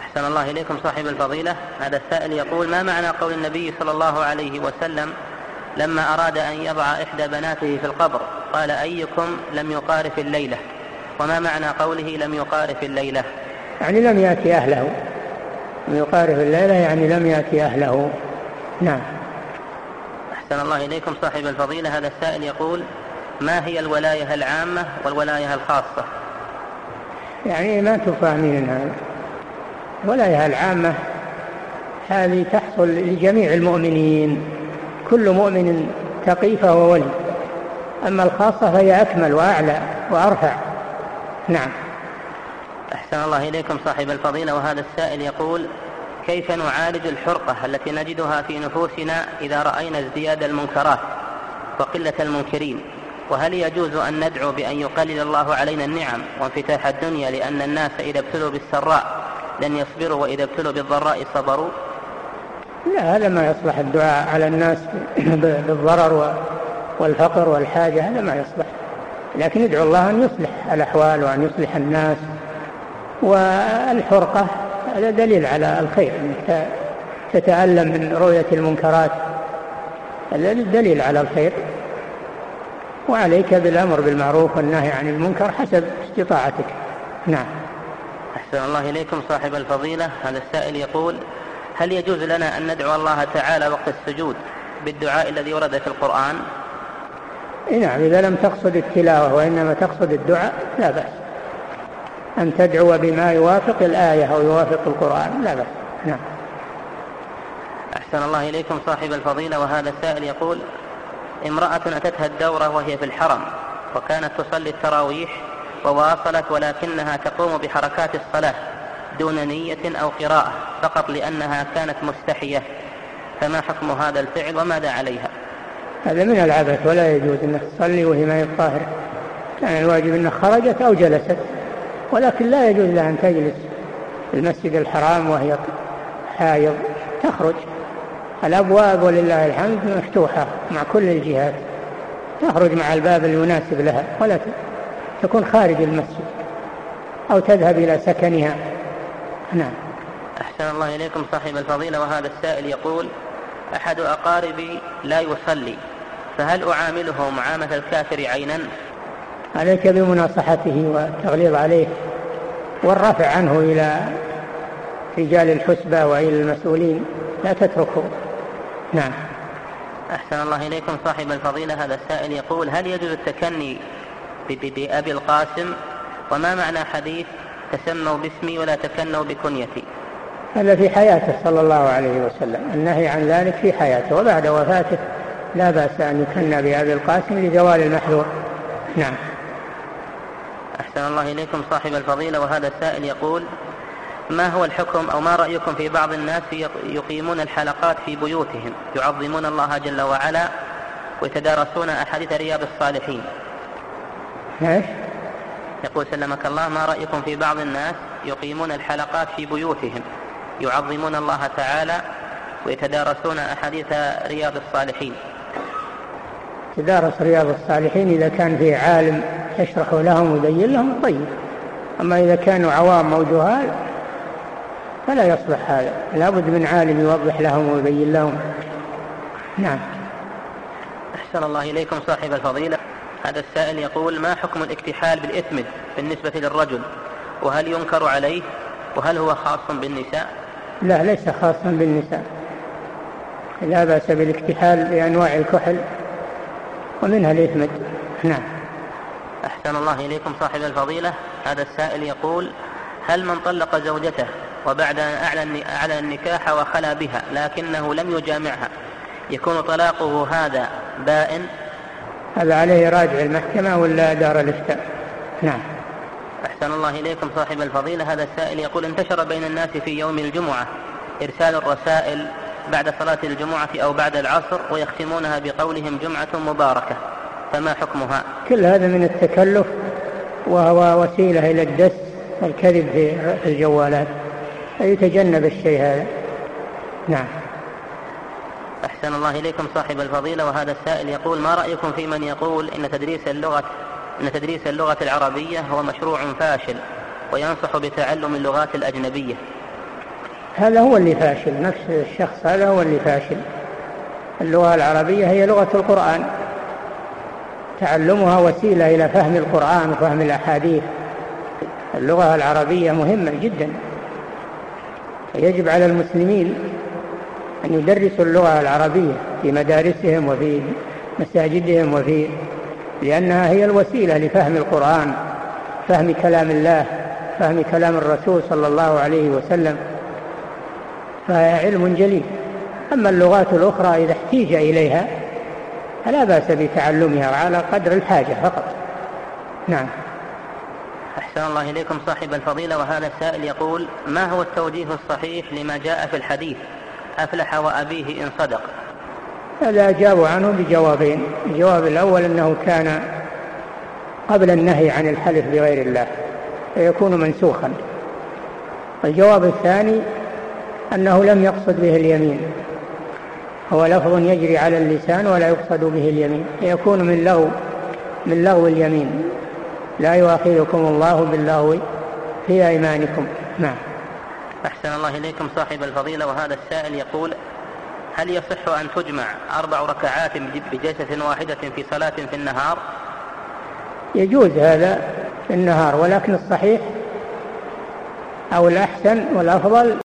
أحسن الله إليكم صاحب الفضيلة. هذا السائل يقول: ما معنى قول النبي صلى الله عليه وسلم لما أراد أن يضع إحدى بناته في القبر قال: أيكم لم يقارف الليلة؟ وما معنى قوله لم يقارف الليلة؟ يعني لم يأتي أهله. لم يقارف الليلة يعني لم يأتي أهله. نعم. أحسن الله إليكم صاحب الفضيلة. هذا السائل يقول: ما هي الولاية العامة والولاية الخاصة؟ يعني ما تفهمين هذا. الولاية العامة هذه تحصل لجميع المؤمنين، كل مؤمن تقي فهو ولي. أما الخاصة فهي أكمل وأعلى وأرفع. نعم. أحسن الله إليكم صاحب الفضيلة. وهذا السائل يقول: كيف نعالج الحرقة التي نجدها في نفوسنا إذا رأينا ازدياد المنكرات وقلة المنكرين؟ وهل يجوز أن ندعو بأن يقلل الله علينا النعم وانفتاح الدنيا، لأن الناس إذا ابتلوا بالسراء لن يصبروا وإذا ابتلوا بالضراء صبروا؟ لا، هذا ما يصلح الدعاء على الناس بالضرر والفقر والحاجة، هذا ما يصلح. لكن ندعو الله أن يصلح الأحوال وأن يصلح الناس. والحرقة هذا دليل على الخير، أنك تتألم من رؤية المنكرات، هذا دليل على الخير. وعليك بالأمر بالمعروف والنهي عن المنكر حسب استطاعتك. نعم. أحسن الله إليكم صاحب الفضيلة. هذا السائل يقول: هل يجوز لنا أن ندعو الله تعالى وقت السجود بالدعاء الذي ورد في القرآن؟ نعم، إذا لم تقصد التلاوة وإنما تقصد الدعاء لا بأس أن تدعو بما يوافق الآية أو يوافق القرآن، لا بأس. نعم. أحسن الله إليكم صاحب الفضيلة. وهذا السائل يقول: امرأة أتتها الدورة وهي في الحرم، وكانت تصلي التراويح وواصلت، ولكنها تقوم بحركات الصلاة دون نية أو قراءة فقط لأنها كانت مستحية، فما حكم هذا الفعل وماذا عليها؟ هذا من العبث، ولا يجوز أنك تصلي وهي ما طاهرة. كان الواجب أنها خرجت أو جلست، ولكن لا يجوز لها أن تجلس في المسجد الحرام وهي حائض. تخرج، الأبواب ولله الحمد مفتوحة مع كل الجهات، تخرج مع الباب المناسب لها، ولا تكون خارج المسجد أو تذهب إلى سكنها. نعم. أحسن الله إليكم صاحب الفضيلة. وهذا السائل يقول: أحد أقاربي لا يصلي، فهل أعامله معاملة الكافر عينا؟ عليك بمناصحته والتغليظ عليه والرفع عنه إلى رجال الحسبة وإلى المسؤولين، لا تتركه. نعم. أحسن الله إليكم صاحب الفضيلة. هذا السائل يقول: هل يجوز التكني بأبي القاسم؟ وما معنى حديث تسموا باسمي ولا تكنوا بكنيتي؟ هذا في حياته صلى الله عليه وسلم، النهي عن ذلك في حياته، وبعد وفاته لا بأس أن يكنى بأبي القاسم لزوال المحذور. نعم. أحسن الله إليكم صاحب الفضيلة. وهذا السائل يقول: ما هو الحكم أو ما رأيكم في بعض الناس يقيمون الحلقات في بيوتهم يعظمون الله جل وعلا ويتدارسون أحاديث رياض الصالحين؟ يقول سلمك الله: ما رأيكم في بعض الناس يقيمون الحلقات في بيوتهم يعظمون الله تعالى ويتدارسون أحاديث رياض الصالحين؟ تدارس رياض الصالحين إذا كان فيه عالم يشرح لهم ويبين لهم طيب، أما إذا كانوا عوام أو جهال فلا يصلح هذا، لابد من عالم يوضح لهم ويبين لهم. نعم. أحسن الله إليكم صاحب الفضيلة. هذا السائل يقول: ما حكم الاكتحال بالإثمد بالنسبة للرجل، وهل ينكر عليه، وهل هو خاص بالنساء؟ لا، ليس خاصا بالنساء، لا بأس بالاكتحال بأنواع الكحل ومنها الإثمد. نعم. أحسن الله إليكم صاحب الفضيلة. هذا السائل يقول: هل من طلق زوجته وبعد أن أعلن النكاح وخلى بها لكنه لم يجامعها يكون طلاقه هذا بائن؟ هذا عليه راجع المحكمة ولا دار الإفتاء. نعم. أحسن الله إليكم صاحب الفضيلة. هذا السائل يقول: انتشر بين الناس في يوم الجمعة إرسال الرسائل بعد صلاة الجمعة أو بعد العصر ويختمونها بقولهم جمعة مباركة، فما حكمها؟ كل هذا من التكلف، وهو وسيلة إلى الدس والكذب في الجوالات، فيتجنب الشيء هذا. نعم. أحسن الله إليكم صاحب الفضيلة. وهذا السائل يقول: ما رأيكم في من يقول إن تدريس اللغة العربية هو مشروع فاشل وينصح بتعلم اللغات الأجنبية؟ هذا هو اللي فاشل، نفس الشخص هذا هو اللي فاشل. اللغة العربية هي لغة القرآن، تعلمها وسيلة إلى فهم القرآن وفهم الأحاديث. اللغة العربية مهمة جدا، يجب على المسلمين أن يدرسوا اللغة العربية في مدارسهم وفي مساجدهم لأنها هي الوسيلة لفهم القرآن، فهم كلام الله، فهم كلام الرسول صلى الله عليه وسلم، فهي علم جليل. أما اللغات الأخرى إذا احتيج إليها فلا بأس بتعلمها على قدر الحاجة فقط. نعم. أحسن الله إليكم صاحب الفضيلة. وهذا السائل يقول: ما هو التوجيه الصحيح لما جاء في الحديث أفلح وأبيه إن صدق؟ هذا أجاب عنه بجوابين. الجواب الأول أنه كان قبل النهي عن الحلف بغير الله فيكون منسوخا. الجواب الثاني أنه لم يقصد به اليمين، هو لفظ يجري على اللسان ولا يقصد به اليمين، يكون من لغو اليمين. لا يؤاخذكم الله باللغو في أيمانكم. نعم. أحسن الله إليكم صاحب الفضيلة. وهذا السائل يقول: هل يصح أن تجمع 4 ركعات بجلسة واحدة في صلاة في النهار؟ يجوز هذا في النهار، ولكن الصحيح أو الأحسن والأفضل